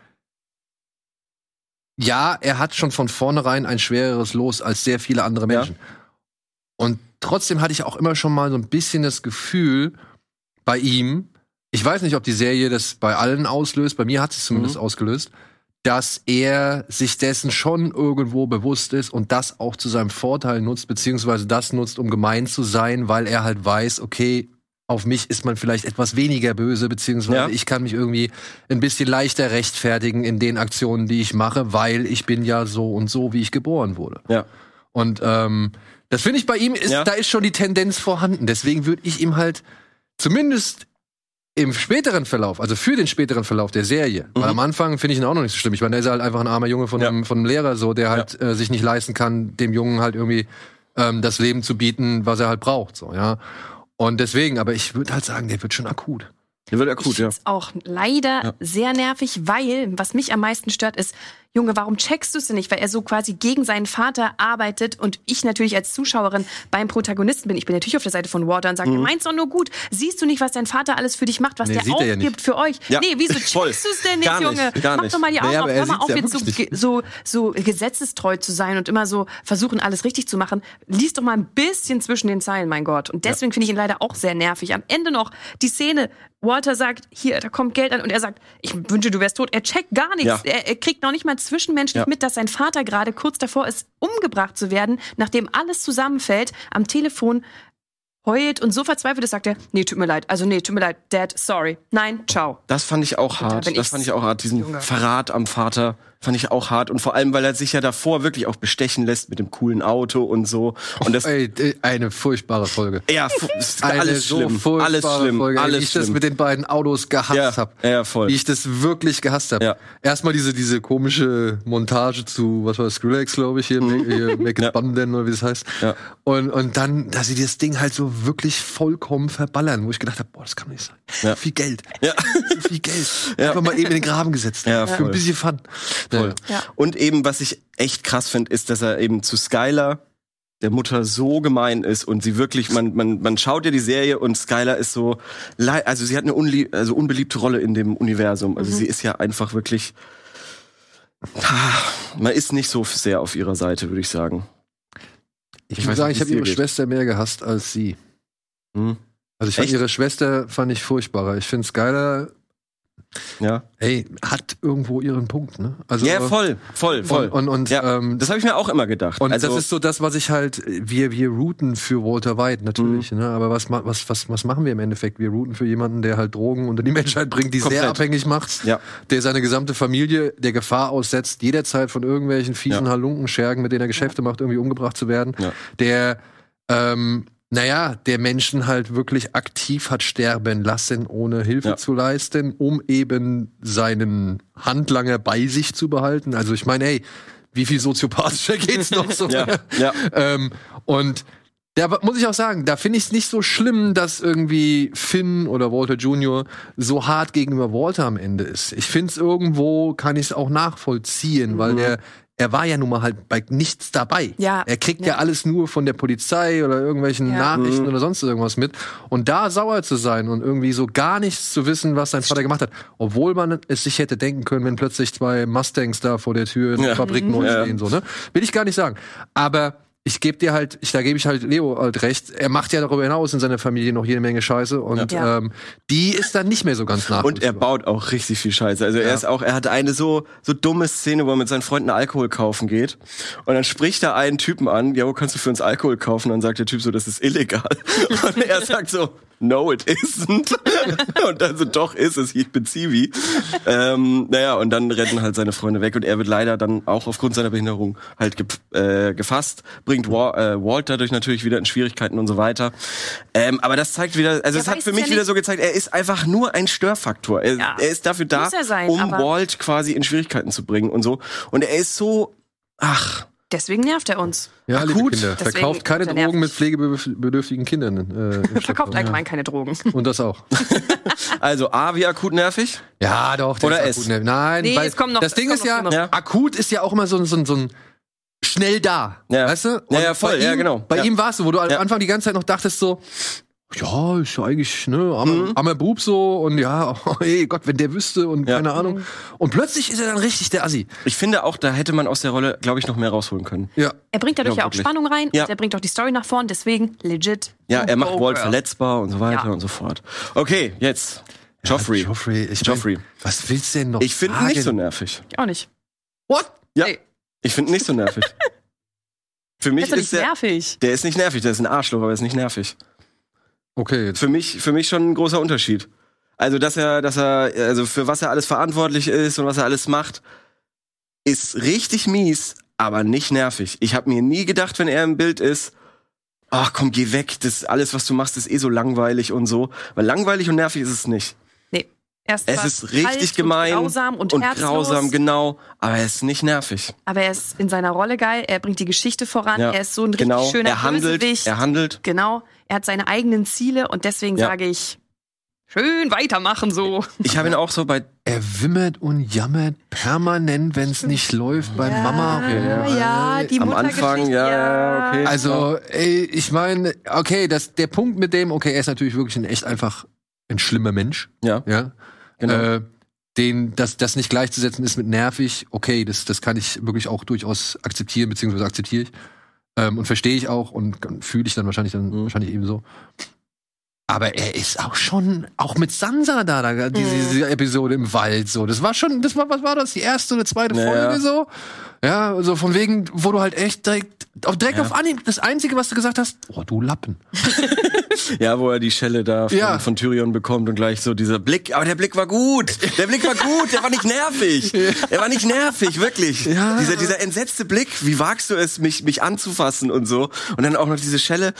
Speaker 3: ja, er hat schon von vornherein ein schwereres Los als sehr viele andere
Speaker 1: Ja.
Speaker 3: Menschen. Und trotzdem hatte ich auch immer schon mal so ein bisschen das Gefühl bei ihm, ich weiß nicht, ob die Serie das bei allen auslöst, bei mir hat es zumindest
Speaker 1: Mhm.
Speaker 3: ausgelöst, dass er sich dessen schon irgendwo bewusst ist und das auch zu seinem Vorteil nutzt, beziehungsweise das nutzt, um gemein zu sein, weil er halt weiß, okay, auf mich ist man vielleicht etwas weniger böse, beziehungsweise
Speaker 1: Ja.
Speaker 3: ich kann mich irgendwie ein bisschen leichter rechtfertigen in den Aktionen, die ich mache, weil ich bin ja so und so, wie ich geboren wurde.
Speaker 1: Ja.
Speaker 3: Und ähm, das finde ich bei ihm, ist,
Speaker 1: Ja.
Speaker 3: da ist schon die Tendenz vorhanden. Deswegen würde ich ihm halt zumindest im späteren Verlauf, also für den späteren Verlauf der Serie, weil am Anfang finde ich ihn auch noch nicht so schlimm. Ich meine, der ist halt einfach ein armer Junge von,
Speaker 1: Ja.
Speaker 3: einem, von einem Lehrer, so, der halt äh, sich nicht leisten kann, dem Jungen halt irgendwie ähm, das Leben zu bieten, was er halt braucht, so, ja. Und deswegen, aber ich würde halt sagen, der wird schon akut.
Speaker 1: Der wird akut,
Speaker 2: ich
Speaker 1: ja.
Speaker 2: find's auch leider
Speaker 1: Ja.
Speaker 2: sehr nervig, weil, was mich am meisten stört, ist, Junge, warum checkst du es denn nicht? Weil er so quasi gegen seinen Vater arbeitet und ich natürlich als Zuschauerin beim Protagonisten bin. Ich bin natürlich auf der Seite von Walter und sage,
Speaker 1: Mhm.
Speaker 2: er meint's doch nur gut. Siehst du nicht, was dein Vater alles für dich macht, was
Speaker 3: Nee,
Speaker 2: der
Speaker 3: sieht er ja
Speaker 2: aufgibt
Speaker 3: nicht.
Speaker 2: für euch?
Speaker 1: Ja.
Speaker 2: Nee, wieso
Speaker 1: Voll.
Speaker 2: checkst du es denn nicht,
Speaker 1: Gar nicht,
Speaker 2: Junge?
Speaker 1: gar
Speaker 2: Mach
Speaker 1: nicht.
Speaker 2: doch mal die Augen
Speaker 3: Nee,
Speaker 2: auf.
Speaker 3: aber er
Speaker 2: Hör mal
Speaker 3: sieht's
Speaker 2: auf,
Speaker 3: ja
Speaker 2: jetzt so,
Speaker 3: wirklich nicht.
Speaker 2: ge- so, so gesetzestreu zu sein und immer so versuchen, alles richtig zu machen. Lies doch mal ein bisschen zwischen den Zeilen, mein Gott. Und deswegen finde ich ihn leider auch sehr nervig. Am Ende noch die Szene, Walter sagt, hier, da kommt Geld an und er sagt, ich wünsche, du wärst tot. Er checkt gar nichts.
Speaker 1: Ja.
Speaker 2: Er, er kriegt noch nicht mal zwischenmenschlich
Speaker 1: Ja.
Speaker 2: mit, dass sein Vater gerade kurz davor ist, umgebracht zu werden, nachdem alles zusammenfällt, am Telefon heult und so verzweifelt ist, sagt er, nee, tut mir leid, also nee, tut mir leid, Dad, sorry, nein, ciao.
Speaker 1: Das fand ich auch
Speaker 2: da
Speaker 1: hart.
Speaker 2: bin
Speaker 1: Das
Speaker 2: ich-
Speaker 1: fand ich auch hart. Diesen
Speaker 2: Junge.
Speaker 1: Verrat am Vater fand ich auch hart. Und vor allem, weil er sich ja davor wirklich auch bestechen lässt mit dem coolen Auto und so. Und das,
Speaker 3: Ey, äh, eine furchtbare Folge.
Speaker 1: ja, fu- ist
Speaker 3: Eine
Speaker 1: alles
Speaker 3: so
Speaker 1: schlimm.
Speaker 3: furchtbare
Speaker 1: Alles schlimm.
Speaker 3: Folge, ey,
Speaker 1: Alles
Speaker 3: wie ich das
Speaker 1: schlimm.
Speaker 3: mit den beiden Autos gehasst
Speaker 1: Ja,
Speaker 3: habe.
Speaker 1: ja, voll.
Speaker 3: Wie ich das wirklich gehasst habe.
Speaker 1: Ja.
Speaker 3: Erstmal diese, diese komische Montage zu, was war das, Skrillex, glaube ich, hier, hier Make It
Speaker 1: Ja.
Speaker 3: Banden oder wie das heißt.
Speaker 1: Ja.
Speaker 3: Und, und dann, dass sie das Ding halt so wirklich vollkommen verballern, wo ich gedacht habe, boah, das kann doch nicht sein.
Speaker 1: Ja.
Speaker 3: So viel Geld.
Speaker 1: Ja.
Speaker 3: So viel Geld.
Speaker 1: Ja.
Speaker 3: Einfach mal eben in den Graben gesetzt.
Speaker 1: Ja,
Speaker 3: Für
Speaker 1: voll.
Speaker 3: ein bisschen Fun.
Speaker 1: Voll.
Speaker 2: Ja.
Speaker 1: Und eben, was ich echt krass finde, ist, dass er eben zu Skylar, der Mutter, so gemein ist und sie wirklich, man, man, man schaut ja die Serie und Skylar ist so, lei- also sie hat eine unlie also unbeliebte Rolle in dem Universum. Also sie ist ja einfach wirklich, man ist nicht so sehr auf ihrer Seite, würde ich sagen.
Speaker 3: Ich,
Speaker 1: Ich
Speaker 3: muss
Speaker 1: weiß
Speaker 3: sagen,
Speaker 1: nicht,
Speaker 3: ich habe
Speaker 1: wie es
Speaker 3: ihre
Speaker 1: dir geht.
Speaker 3: Schwester mehr gehasst als sie.
Speaker 1: Hm?
Speaker 3: Also ich fand
Speaker 1: Echt?
Speaker 3: ihre Schwester fand ich furchtbarer. Ich finde Skylar,
Speaker 1: Ja.
Speaker 3: ey, hat irgendwo ihren Punkt, ne? Also
Speaker 1: Ja, voll, voll, voll.
Speaker 3: Und, und, und
Speaker 1: ja,
Speaker 3: ähm,
Speaker 1: das habe ich mir auch immer gedacht.
Speaker 3: Und
Speaker 1: also,
Speaker 3: das ist so das, was ich halt, wir, wir routen für Walter White, natürlich,
Speaker 1: Mhm.
Speaker 3: ne? Aber was, ma- was, was, was machen wir im Endeffekt? Wir routen für jemanden, der halt Drogen unter die Menschheit bringt, die
Speaker 1: Komplett.
Speaker 3: sehr abhängig macht,
Speaker 1: Ja.
Speaker 3: der seine gesamte Familie der Gefahr aussetzt, jederzeit von irgendwelchen fiesen
Speaker 1: Ja.
Speaker 3: Halunken-Schergen, mit denen er Geschäfte macht, irgendwie umgebracht zu werden.
Speaker 1: Ja.
Speaker 3: Der, ähm, naja, der Menschen halt wirklich aktiv hat sterben lassen, ohne Hilfe
Speaker 1: Ja.
Speaker 3: zu leisten, um eben seinen Handlanger bei sich zu behalten. Also ich meine, hey, wie viel soziopathischer geht's noch so?
Speaker 1: Ja, ja.
Speaker 3: ähm, und da muss ich auch sagen, da finde ich es nicht so schlimm, dass irgendwie Finn oder Walter Junior so hart gegenüber Walter am Ende ist. Ich finde es irgendwo, kann ich es auch nachvollziehen, weil der er war ja nun mal halt bei nichts dabei.
Speaker 2: Ja.
Speaker 3: Er kriegt ja.
Speaker 2: Ja.
Speaker 3: alles nur von der Polizei oder irgendwelchen
Speaker 2: Ja.
Speaker 3: Nachrichten
Speaker 1: Mhm.
Speaker 3: oder sonst irgendwas mit. Und da sauer zu sein und irgendwie so gar nichts zu wissen, was sein Vater gemacht hat, obwohl man es sich hätte denken können, wenn plötzlich zwei Mustangs da vor der Tür in der
Speaker 1: Ja.
Speaker 3: Fabrik neu
Speaker 1: Ja.
Speaker 3: stehen, so, ne? Will ich gar nicht sagen. Aber ich gebe dir halt, ich, da gebe ich halt Leo halt recht, er macht ja darüber hinaus in seiner Familie noch jede Menge Scheiße und
Speaker 2: Ja.
Speaker 3: ähm, die ist dann nicht mehr so ganz nachvollziehbar.
Speaker 1: Und er baut auch richtig viel Scheiße. Also er
Speaker 3: Ja.
Speaker 1: ist auch, er hat eine so so dumme Szene, wo er mit seinen Freunden Alkohol kaufen geht. Und dann spricht er einen Typen an, ja, wo kannst du für uns Alkohol kaufen? Und dann sagt der Typ so, das ist illegal. Und er sagt so, no, it isn't. Und dann so, doch ist es, ich bin Zivi. Ähm, naja, und dann rennen halt seine Freunde weg. Und er wird leider dann auch aufgrund seiner Behinderung halt ge äh, gefasst, bringt Wa äh, Walt dadurch natürlich wieder in Schwierigkeiten und so weiter. Ähm, aber das zeigt wieder, also
Speaker 2: Ja,
Speaker 1: es hat
Speaker 2: weiß
Speaker 1: für
Speaker 2: es
Speaker 1: mich
Speaker 2: ja
Speaker 1: wieder
Speaker 2: nicht.
Speaker 1: so gezeigt, er ist einfach nur ein Störfaktor. Er,
Speaker 2: Ja.
Speaker 1: er ist dafür da,
Speaker 2: Muss er sein,
Speaker 1: um
Speaker 2: aber-
Speaker 1: Walt quasi in Schwierigkeiten zu bringen und so. Und er ist so, ach,
Speaker 2: Deswegen nervt er uns.
Speaker 3: ja, liebe
Speaker 1: akut.
Speaker 3: Kinder,
Speaker 2: Deswegen
Speaker 3: verkauft keine
Speaker 2: ist er
Speaker 3: Drogen mit
Speaker 2: nervig.
Speaker 3: pflegebedürftigen Kindern. Äh, im
Speaker 2: Verkauft
Speaker 3: Shop.
Speaker 2: allgemein keine Drogen.
Speaker 3: Und das auch.
Speaker 1: also A wie akut nervig.
Speaker 3: Ja, doch. der
Speaker 1: Oder
Speaker 3: ist
Speaker 1: S?
Speaker 3: akut, ne? Nein,
Speaker 2: Nee,
Speaker 3: weil
Speaker 2: es kommt noch-
Speaker 3: das
Speaker 2: es
Speaker 3: Ding
Speaker 2: kommt
Speaker 3: ist
Speaker 2: noch
Speaker 3: ja,
Speaker 2: schlimmer.
Speaker 1: Ja.
Speaker 3: akut ist ja auch immer so, ein- so, ein- so ein schnell da.
Speaker 1: Ja.
Speaker 3: Weißt du? Und
Speaker 1: Ja, ja, voll,
Speaker 3: bei ihm,
Speaker 1: ja, genau.
Speaker 3: Bei
Speaker 1: Ja.
Speaker 3: ihm war es so, wo du am
Speaker 1: Ja.
Speaker 3: Anfang die ganze Zeit noch dachtest so, ja, ist ja eigentlich, ne, armer,
Speaker 1: Mhm.
Speaker 3: armer Bub so und ja, oh, ey Gott, wenn der wüsste und
Speaker 1: Ja.
Speaker 3: keine Ahnung. Und plötzlich ist er dann richtig der Assi.
Speaker 1: Ich finde auch, da hätte man aus der Rolle, glaube ich, noch mehr rausholen können.
Speaker 3: Ja.
Speaker 2: Er bringt dadurch
Speaker 1: Ja,
Speaker 2: ja, auch
Speaker 1: wirklich.
Speaker 2: Spannung rein
Speaker 1: Ja.
Speaker 2: und er bringt auch die Story nach vorn, deswegen legit.
Speaker 1: Ja, er macht
Speaker 2: Go,
Speaker 1: Walt
Speaker 2: girl.
Speaker 1: verletzbar und so weiter
Speaker 2: Ja.
Speaker 1: und so fort. Okay, jetzt. Joffrey.
Speaker 3: Ja, Joffrey, ich
Speaker 1: Joffrey.
Speaker 3: Mein, was willst du denn noch
Speaker 1: Ich finde ihn
Speaker 3: sagen?
Speaker 1: nicht so nervig.
Speaker 2: Ich auch nicht.
Speaker 3: What?
Speaker 1: Ja.
Speaker 2: Ey,
Speaker 1: Ich finde ihn nicht so nervig. Für mich
Speaker 2: das ist doch
Speaker 1: ist
Speaker 2: nicht
Speaker 1: der,
Speaker 2: nervig.
Speaker 1: der ist nicht nervig, der ist ein Arschloch, aber er ist nicht nervig.
Speaker 3: Okay.
Speaker 1: Für mich, für mich schon ein großer Unterschied. Also, dass er, dass er, also für was er alles verantwortlich ist und was er alles macht, ist richtig mies, aber nicht nervig. Ich habe mir nie gedacht, wenn er im Bild ist, ach komm, geh weg, das alles, was du machst, ist eh so langweilig und so. Weil langweilig und nervig ist es nicht.
Speaker 2: Nee. Erst
Speaker 1: Es ist richtig gemein
Speaker 2: und grausam und,
Speaker 1: und
Speaker 2: herzlos,
Speaker 1: grausam, genau, aber er ist nicht nervig.
Speaker 2: aber er ist in seiner Rolle geil, er bringt die Geschichte voran,
Speaker 1: Ja,
Speaker 2: er ist so ein richtig
Speaker 1: genau.
Speaker 2: schöner
Speaker 1: Er handelt,
Speaker 2: Bösewicht.
Speaker 1: er handelt.
Speaker 2: Genau, er hat seine eigenen Ziele und deswegen
Speaker 1: Ja.
Speaker 2: sage ich, schön weitermachen so.
Speaker 1: Ich habe ihn auch so bei
Speaker 3: Er wimmert und jammert permanent, wenn es nicht läuft bei Mama.
Speaker 2: Ja, ja, die
Speaker 1: am
Speaker 2: Muttergeschichte,
Speaker 1: Anfang, ja, ja, okay.
Speaker 3: Also, ey, ich meine, okay, das, der Punkt mit dem, okay, er ist natürlich wirklich ein echt einfach ein schlimmer Mensch.
Speaker 1: Ja,
Speaker 3: Ja.
Speaker 1: genau.
Speaker 3: Äh, den, das, das nicht gleichzusetzen ist mit nervig, okay, das, das kann ich wirklich auch durchaus akzeptieren, beziehungsweise akzeptiere ich. Ähm, und verstehe ich auch und, und fühle ich dann wahrscheinlich dann
Speaker 1: Mhm.
Speaker 3: wahrscheinlich ebenso. Aber er ist auch schon, auch mit Sansa da, da diese,
Speaker 2: Mhm.
Speaker 3: diese Episode im Wald, so. Das war schon, das war, was war das? Die erste oder zweite
Speaker 1: Naja.
Speaker 3: Folge so? Ja, so von wegen, wo du halt echt direkt, auch direkt
Speaker 1: Ja.
Speaker 3: auf Anhieb, das Einzige, was du gesagt hast, oh, du Lappen.
Speaker 1: Ja, wo er die Schelle da von,
Speaker 3: Ja.
Speaker 1: von Tyrion bekommt und gleich so dieser Blick. Aber der Blick war gut. Der Blick war gut. Der war nicht nervig. Er war nicht nervig, wirklich.
Speaker 3: Ja.
Speaker 1: Dieser, dieser entsetzte Blick. Wie wagst du es, mich, mich anzufassen und so? Und dann auch noch diese Schelle.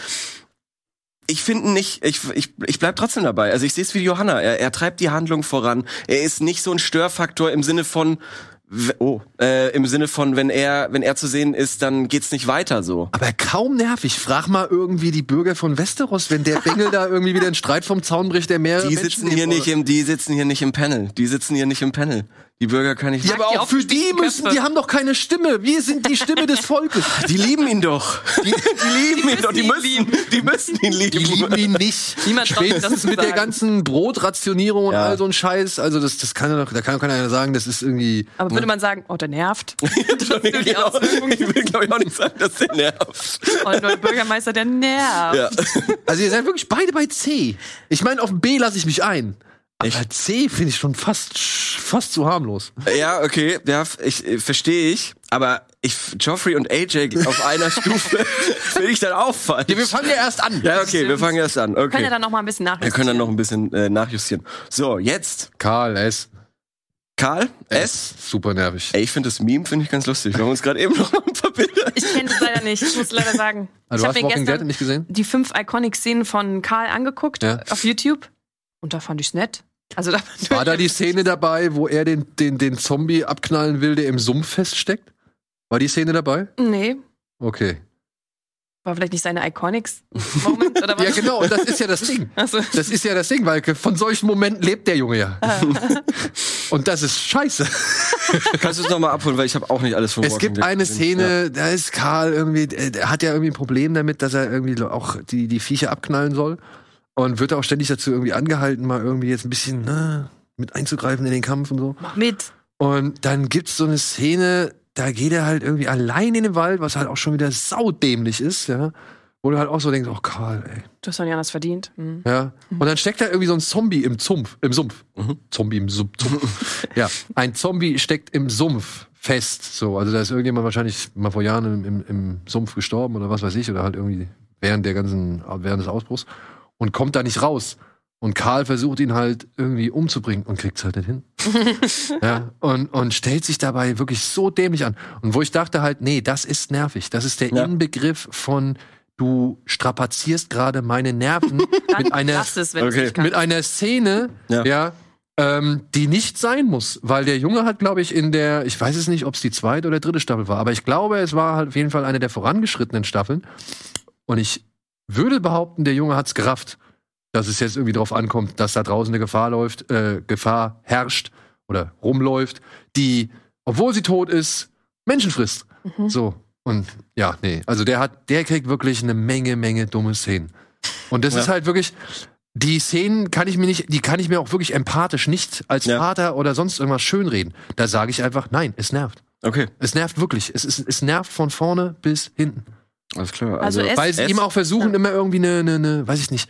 Speaker 1: Ich finde nicht, ich, ich, ich bleib trotzdem dabei. Also ich sehe es wie Johanna. Er, er treibt die Handlung voran. Er ist nicht so ein Störfaktor im Sinne von, w- oh, äh, im Sinne von, wenn er, wenn er zu sehen ist, dann geht's nicht weiter so.
Speaker 3: Aber kaum nervig. Frag mal irgendwie die Bürger von Westeros, wenn der Bengel da irgendwie wieder einen Streit vom Zaun bricht, der mehrere
Speaker 1: Die
Speaker 3: Menschen
Speaker 1: sitzen hier
Speaker 3: nehmen
Speaker 1: nicht im, die sitzen hier nicht im Panel. Die sitzen hier nicht im Panel. Die Bürger kann ich
Speaker 3: Ja,
Speaker 1: nicht.
Speaker 3: aber
Speaker 2: die
Speaker 3: auch für die
Speaker 2: aufgestiegenen
Speaker 3: müssen,
Speaker 2: Köpfe.
Speaker 3: die haben doch keine Stimme. Wir sind die Stimme des Volkes.
Speaker 1: Die lieben ihn doch. Die, die lieben ihn doch. Die
Speaker 2: müssen ihn
Speaker 1: müssen, die müssen ihn lieben.
Speaker 3: Die lieben ihn nicht.
Speaker 2: Niemand traut sich das
Speaker 3: Spätestens
Speaker 2: zu
Speaker 3: mit der
Speaker 2: sagen.
Speaker 3: ganzen Brotrationierung und
Speaker 1: Ja.
Speaker 3: all so ein Scheiß. Also das, das kann ja doch, da kann doch keiner sagen, das ist irgendwie.
Speaker 2: Aber würde man sagen, oh, der nervt.
Speaker 1: die
Speaker 2: genau.
Speaker 1: Ich will, glaube ich, auch nicht sagen, dass der nervt.
Speaker 2: Und der Bürgermeister, der nervt.
Speaker 1: Ja.
Speaker 3: Also ihr seid wirklich beide bei C. Ich meine, auf B lasse ich mich ein. Aber C finde ich schon fast, fast zu harmlos.
Speaker 1: Ja, okay, ja, ich äh, verstehe ich, aber ich Joffrey und A J auf einer Stufe will ich dann auffallen.
Speaker 3: Ja, wir fangen ja erst an.
Speaker 1: Ja, okay, wir fangen erst an.
Speaker 2: Können ja
Speaker 1: Okay.
Speaker 2: dann noch mal ein bisschen
Speaker 1: Wir
Speaker 2: nachjustieren.
Speaker 1: können dann noch ein bisschen äh, nachjustieren. So, jetzt
Speaker 3: Karl S.
Speaker 1: Karl S.
Speaker 3: Super nervig.
Speaker 1: Ey, ich finde das Meme finde ich ganz lustig. Wir haben uns gerade eben noch ein paar Bilder.
Speaker 2: Ich kenne das leider nicht, ich muss leider sagen.
Speaker 3: Also,
Speaker 2: ich
Speaker 3: du hast
Speaker 2: habe mir
Speaker 3: Walking Dead
Speaker 2: gestern
Speaker 3: nicht gesehen?
Speaker 2: die fünf Iconic-Szenen von Karl angeguckt
Speaker 3: Ja.
Speaker 2: auf YouTube und da fand ich's nett. Also da
Speaker 3: War da die Szene dabei, wo er den, den, den Zombie abknallen will, der im Sumpf feststeckt? War die Szene dabei?
Speaker 2: Nee,
Speaker 3: Okay.
Speaker 2: war vielleicht nicht seine Iconics-Moment oder was?
Speaker 3: Ja, genau, und das ist ja das Ding.
Speaker 2: Also,
Speaker 3: Das ist ja das Ding, weil von solchen Momenten lebt der Junge ja. Und das ist scheiße.
Speaker 1: Kannst du es nochmal abholen, weil ich habe auch nicht alles von
Speaker 3: Es
Speaker 1: Walking
Speaker 3: gibt
Speaker 1: Dead
Speaker 3: eine
Speaker 1: gesehen.
Speaker 3: Szene, da ist Karl irgendwie, äh, der hat ja irgendwie ein Problem damit, dass er irgendwie auch die, die Viecher abknallen soll. Und wird auch ständig dazu irgendwie angehalten, mal irgendwie jetzt ein bisschen na, mit einzugreifen in den Kampf und so.
Speaker 2: mach mit.
Speaker 3: Und dann gibt's so eine Szene, da geht er halt irgendwie allein in den Wald, was halt auch schon wieder saudämlich ist, ja. Wo du halt auch so denkst, oh Karl, ey.
Speaker 2: Du hast doch nicht anders verdient. Mhm.
Speaker 3: Ja. Und dann steckt da irgendwie so ein Zombie im Zumpf, im Sumpf.
Speaker 1: Mhm.
Speaker 3: Zombie im Sumpf. Sumpf. Ja. Ein Zombie steckt im Sumpf fest. So, also da ist irgendjemand wahrscheinlich mal vor Jahren im, im, im Sumpf gestorben oder was weiß ich, oder halt irgendwie während der ganzen, während des Ausbruchs und kommt da nicht raus. Und Karl versucht ihn halt irgendwie umzubringen und kriegt's halt nicht hin. Ja, und, und stellt sich dabei wirklich so dämlich an. Und wo ich dachte halt, nee, das ist nervig. Das ist der
Speaker 1: Ja.
Speaker 3: Inbegriff von, du strapazierst gerade meine Nerven
Speaker 2: Dann
Speaker 3: mit einer,
Speaker 2: lass es, wenn
Speaker 1: Okay.
Speaker 2: du nicht kannst.
Speaker 3: mit einer Szene, ja,
Speaker 1: Ja.
Speaker 3: ähm, die nicht sein muss. Weil der Junge hat, glaube ich, in der, ich weiß es nicht, ob es die zweite oder dritte Staffel war, aber ich glaube, es war halt auf jeden Fall eine der vorangeschrittenen Staffeln. Und ich würde behaupten, der Junge hat's gerafft, dass es jetzt irgendwie drauf ankommt, dass da draußen eine Gefahr läuft, äh, Gefahr herrscht oder rumläuft, die, obwohl sie tot ist, Menschen frisst.
Speaker 2: Mhm.
Speaker 3: So. Und ja, nee. Also der hat, der kriegt wirklich eine Menge, Menge dumme Szenen. Und das
Speaker 1: Ja.
Speaker 3: ist halt wirklich, die Szenen kann ich mir nicht, die kann ich mir auch wirklich empathisch nicht als
Speaker 1: Ja.
Speaker 3: Vater oder sonst irgendwas schönreden. Da sage ich einfach, nein, es nervt.
Speaker 1: Okay,
Speaker 3: Es nervt wirklich. Es, ist, es nervt von vorne bis hinten.
Speaker 1: alles klar.
Speaker 2: Also
Speaker 1: Also,
Speaker 2: es-
Speaker 3: Weil sie
Speaker 1: es-
Speaker 3: ihm auch versuchen,
Speaker 2: Ja.
Speaker 3: immer irgendwie eine, eine, eine, weiß ich nicht,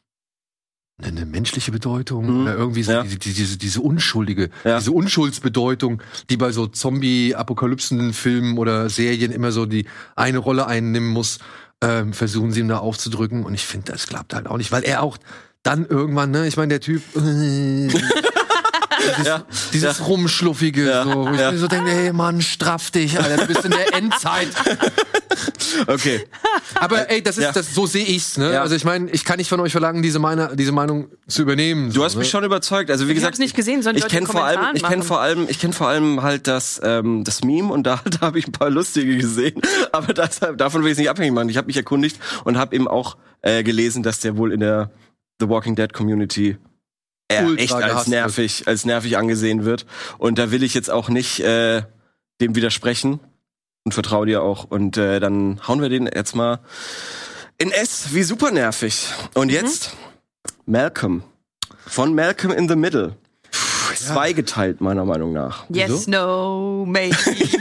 Speaker 3: eine, eine menschliche Bedeutung
Speaker 1: Mhm.
Speaker 3: oder irgendwie so
Speaker 1: Ja.
Speaker 3: die, die, diese, diese unschuldige,
Speaker 1: Ja.
Speaker 3: diese Unschuldsbedeutung, die bei so Zombie-Apokalypsen-Filmen oder Serien immer so die eine Rolle einnehmen muss. ähm, versuchen sie ihm da aufzudrücken. Und ich finde, das klappt halt auch nicht, weil er auch dann irgendwann, ne, ich meine, der Typ, äh, dieses,
Speaker 1: Ja,
Speaker 3: dieses
Speaker 1: ja.
Speaker 3: Rumschluffige,
Speaker 1: Ja,
Speaker 3: so, wo ich
Speaker 1: ja.
Speaker 3: mir so denke, ey Mann, straff dich, Alter, du bist in der Endzeit.
Speaker 1: Okay.
Speaker 3: Aber ey, das ist
Speaker 1: Ja.
Speaker 3: das, so sehe ich's, ne?
Speaker 1: Ja.
Speaker 3: Also ich meine, ich kann nicht von euch verlangen, diese, meine, diese Meinung zu übernehmen.
Speaker 1: Du
Speaker 3: so,
Speaker 1: hast mich
Speaker 3: ne?
Speaker 1: schon überzeugt. Also wie
Speaker 2: Ich
Speaker 1: gesagt,
Speaker 2: hab's nicht gesehen, sollen die
Speaker 1: ich
Speaker 2: Leute
Speaker 1: kenne
Speaker 2: in
Speaker 1: vor allem,
Speaker 2: Kommentaren
Speaker 1: ich kenne
Speaker 2: machen.
Speaker 1: vor allem, ich kenne vor allem halt das ähm, das Meme und da, da habe ich ein paar lustige gesehen. Aber das, davon will ich es nicht abhängig machen. Ich habe mich erkundigt und habe eben auch äh, gelesen, dass der wohl in der The Walking Dead Community eher
Speaker 3: Ultra
Speaker 1: echt als
Speaker 3: gehasst
Speaker 1: nervig, als nervig angesehen wird. Und da will ich jetzt auch nicht äh, dem widersprechen und vertraue dir auch. Und äh, dann hauen wir den jetzt mal in S wie super nervig. Und jetzt Malcolm. Von Malcolm in the Middle. Zweigeteilt, meiner Meinung nach.
Speaker 2: Yes,
Speaker 3: Wieso?
Speaker 2: no, maybe.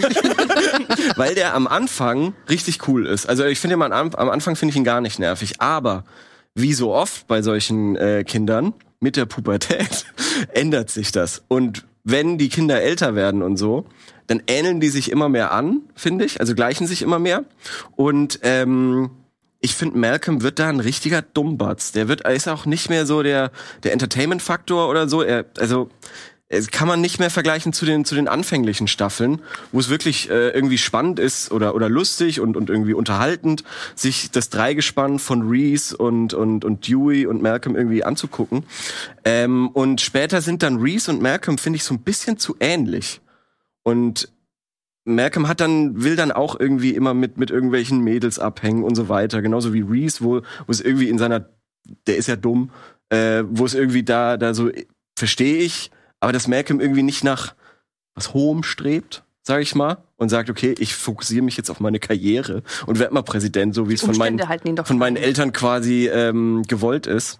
Speaker 1: Weil der am Anfang richtig cool ist. Also ich finde ihn am, am Anfang finde ich ihn gar nicht nervig. Aber wie so oft bei solchen äh, Kindern mit der Pubertät ändert sich das. Und wenn die Kinder älter werden und so, dann ähneln die sich immer mehr an, finde ich. Also gleichen sich immer mehr. Und ähm, ich finde, Malcolm wird da ein richtiger Dummbatz. Der wird, er ist auch nicht mehr so der der Entertainment-Faktor oder so. Er, also es kann man nicht mehr vergleichen zu den zu den anfänglichen Staffeln, wo es wirklich äh, irgendwie spannend ist oder oder lustig und und irgendwie unterhaltend, sich das Dreigespann von Reese und und und Dewey und Malcolm irgendwie anzugucken. Ähm, und später sind dann Reese und Malcolm, finde ich, so ein bisschen zu ähnlich. Und Malcolm hat dann, will dann auch irgendwie immer mit, mit irgendwelchen Mädels abhängen und so weiter. Genauso wie Reese, wo, wo es irgendwie in seiner, der ist ja dumm, äh, wo es irgendwie da, da so, verstehe ich, aber dass Malcolm irgendwie nicht nach was Hohem strebt, sag ich mal, und sagt, okay, ich fokussiere mich jetzt auf meine Karriere und werde mal Präsident, so wie es von meinen,
Speaker 2: Umstände halten ihn doch
Speaker 1: von meinen
Speaker 2: an.
Speaker 1: Eltern quasi ähm, gewollt ist.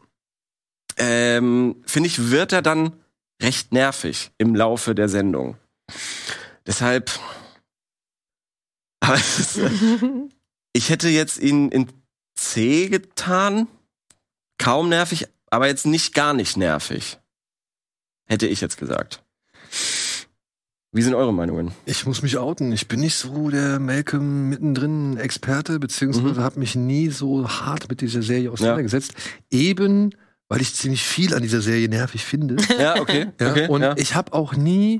Speaker 1: Ähm, finde ich, wird er dann recht nervig im Laufe der Sendung. Deshalb, aber es ist, ich hätte jetzt ihn in C getan, kaum nervig, aber jetzt nicht gar nicht nervig. Hätte ich jetzt gesagt. Wie sind eure Meinungen?
Speaker 3: Ich muss mich outen. Ich bin nicht so der Malcolm mittendrin Experte, beziehungsweise
Speaker 1: Mhm.
Speaker 3: habe mich nie so hart mit dieser Serie auseinandergesetzt. Eben, weil ich ziemlich viel an dieser Serie nervig finde.
Speaker 1: Ja, okay.
Speaker 3: Ja,
Speaker 1: okay
Speaker 3: und
Speaker 1: ja.
Speaker 3: ich habe auch nie.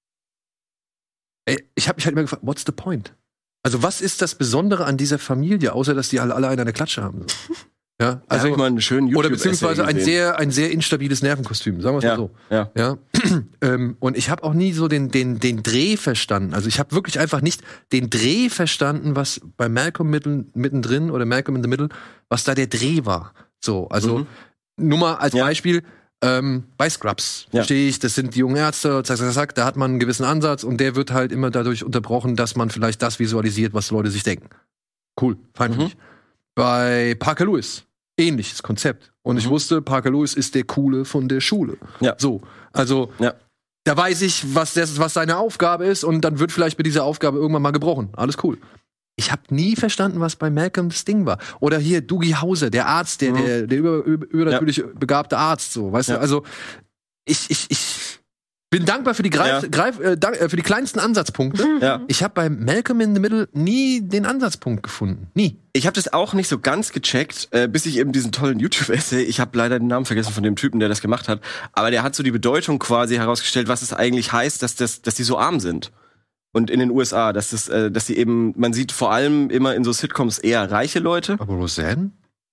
Speaker 3: Ey, ich habe mich halt immer gefragt, what's the point? Also was ist das Besondere an dieser Familie, außer dass die alle, alle einen an der Klatsche haben? So. Ja,
Speaker 1: Also ich mal einen schönen YouTube
Speaker 3: oder beziehungsweise ein
Speaker 1: gesehen.
Speaker 3: sehr, ein sehr instabiles Nervenkostüm, sagen wir es
Speaker 1: Ja,
Speaker 3: mal so.
Speaker 1: ja.
Speaker 3: Ja. ähm, und ich habe auch nie so den, den, den Dreh verstanden. Also ich habe wirklich einfach nicht den Dreh verstanden, was bei Malcolm mitten, mittendrin oder Malcolm in the Middle, was da der Dreh war. So, also
Speaker 1: Mhm.
Speaker 3: nur mal als
Speaker 1: Ja.
Speaker 3: Beispiel, ähm, bei Scrubs
Speaker 1: Ja.
Speaker 3: verstehe ich, das sind die jungen Ärzte, zack, zack, zack, da hat man einen gewissen Ansatz und der wird halt immer dadurch unterbrochen, dass man vielleicht das visualisiert, was Leute sich denken. Cool, fein für
Speaker 1: Mhm.
Speaker 3: mich. Bei Parker Lewis, ähnliches Konzept. Und ich
Speaker 1: Mhm.
Speaker 3: wusste, Parker Lewis ist der Coole von der Schule.
Speaker 1: Ja.
Speaker 3: So, also
Speaker 1: Ja.
Speaker 3: da weiß ich, was, das, was seine Aufgabe ist und dann wird vielleicht mit dieser Aufgabe irgendwann mal gebrochen. Alles cool. Ich habe nie verstanden, was bei Malcolm das Ding war. Oder hier Dougie Hauser, der Arzt, der,
Speaker 1: Mhm.
Speaker 3: der, der über, über, übernatürlich begabte Arzt, so, weißt
Speaker 1: Ja.
Speaker 3: du? Also ich, ich, ich bin dankbar für die, Greif,
Speaker 1: Ja.
Speaker 3: Greif, äh, dank, äh, für die kleinsten Ansatzpunkte.
Speaker 1: Ja.
Speaker 3: Ich habe bei Malcolm in the Middle nie den Ansatzpunkt gefunden. Nie.
Speaker 1: Ich habe das auch nicht so ganz gecheckt, äh, bis ich eben diesen tollen YouTube-Essay, ich habe leider den Namen vergessen von dem Typen, der das gemacht hat, aber der hat so die Bedeutung quasi herausgestellt, was es eigentlich heißt, dass das, dass die so arm sind. Und in den U S A, dass das, äh, dass sie eben, man sieht vor allem immer in so Sitcoms eher reiche Leute.
Speaker 3: Aber Roseanne?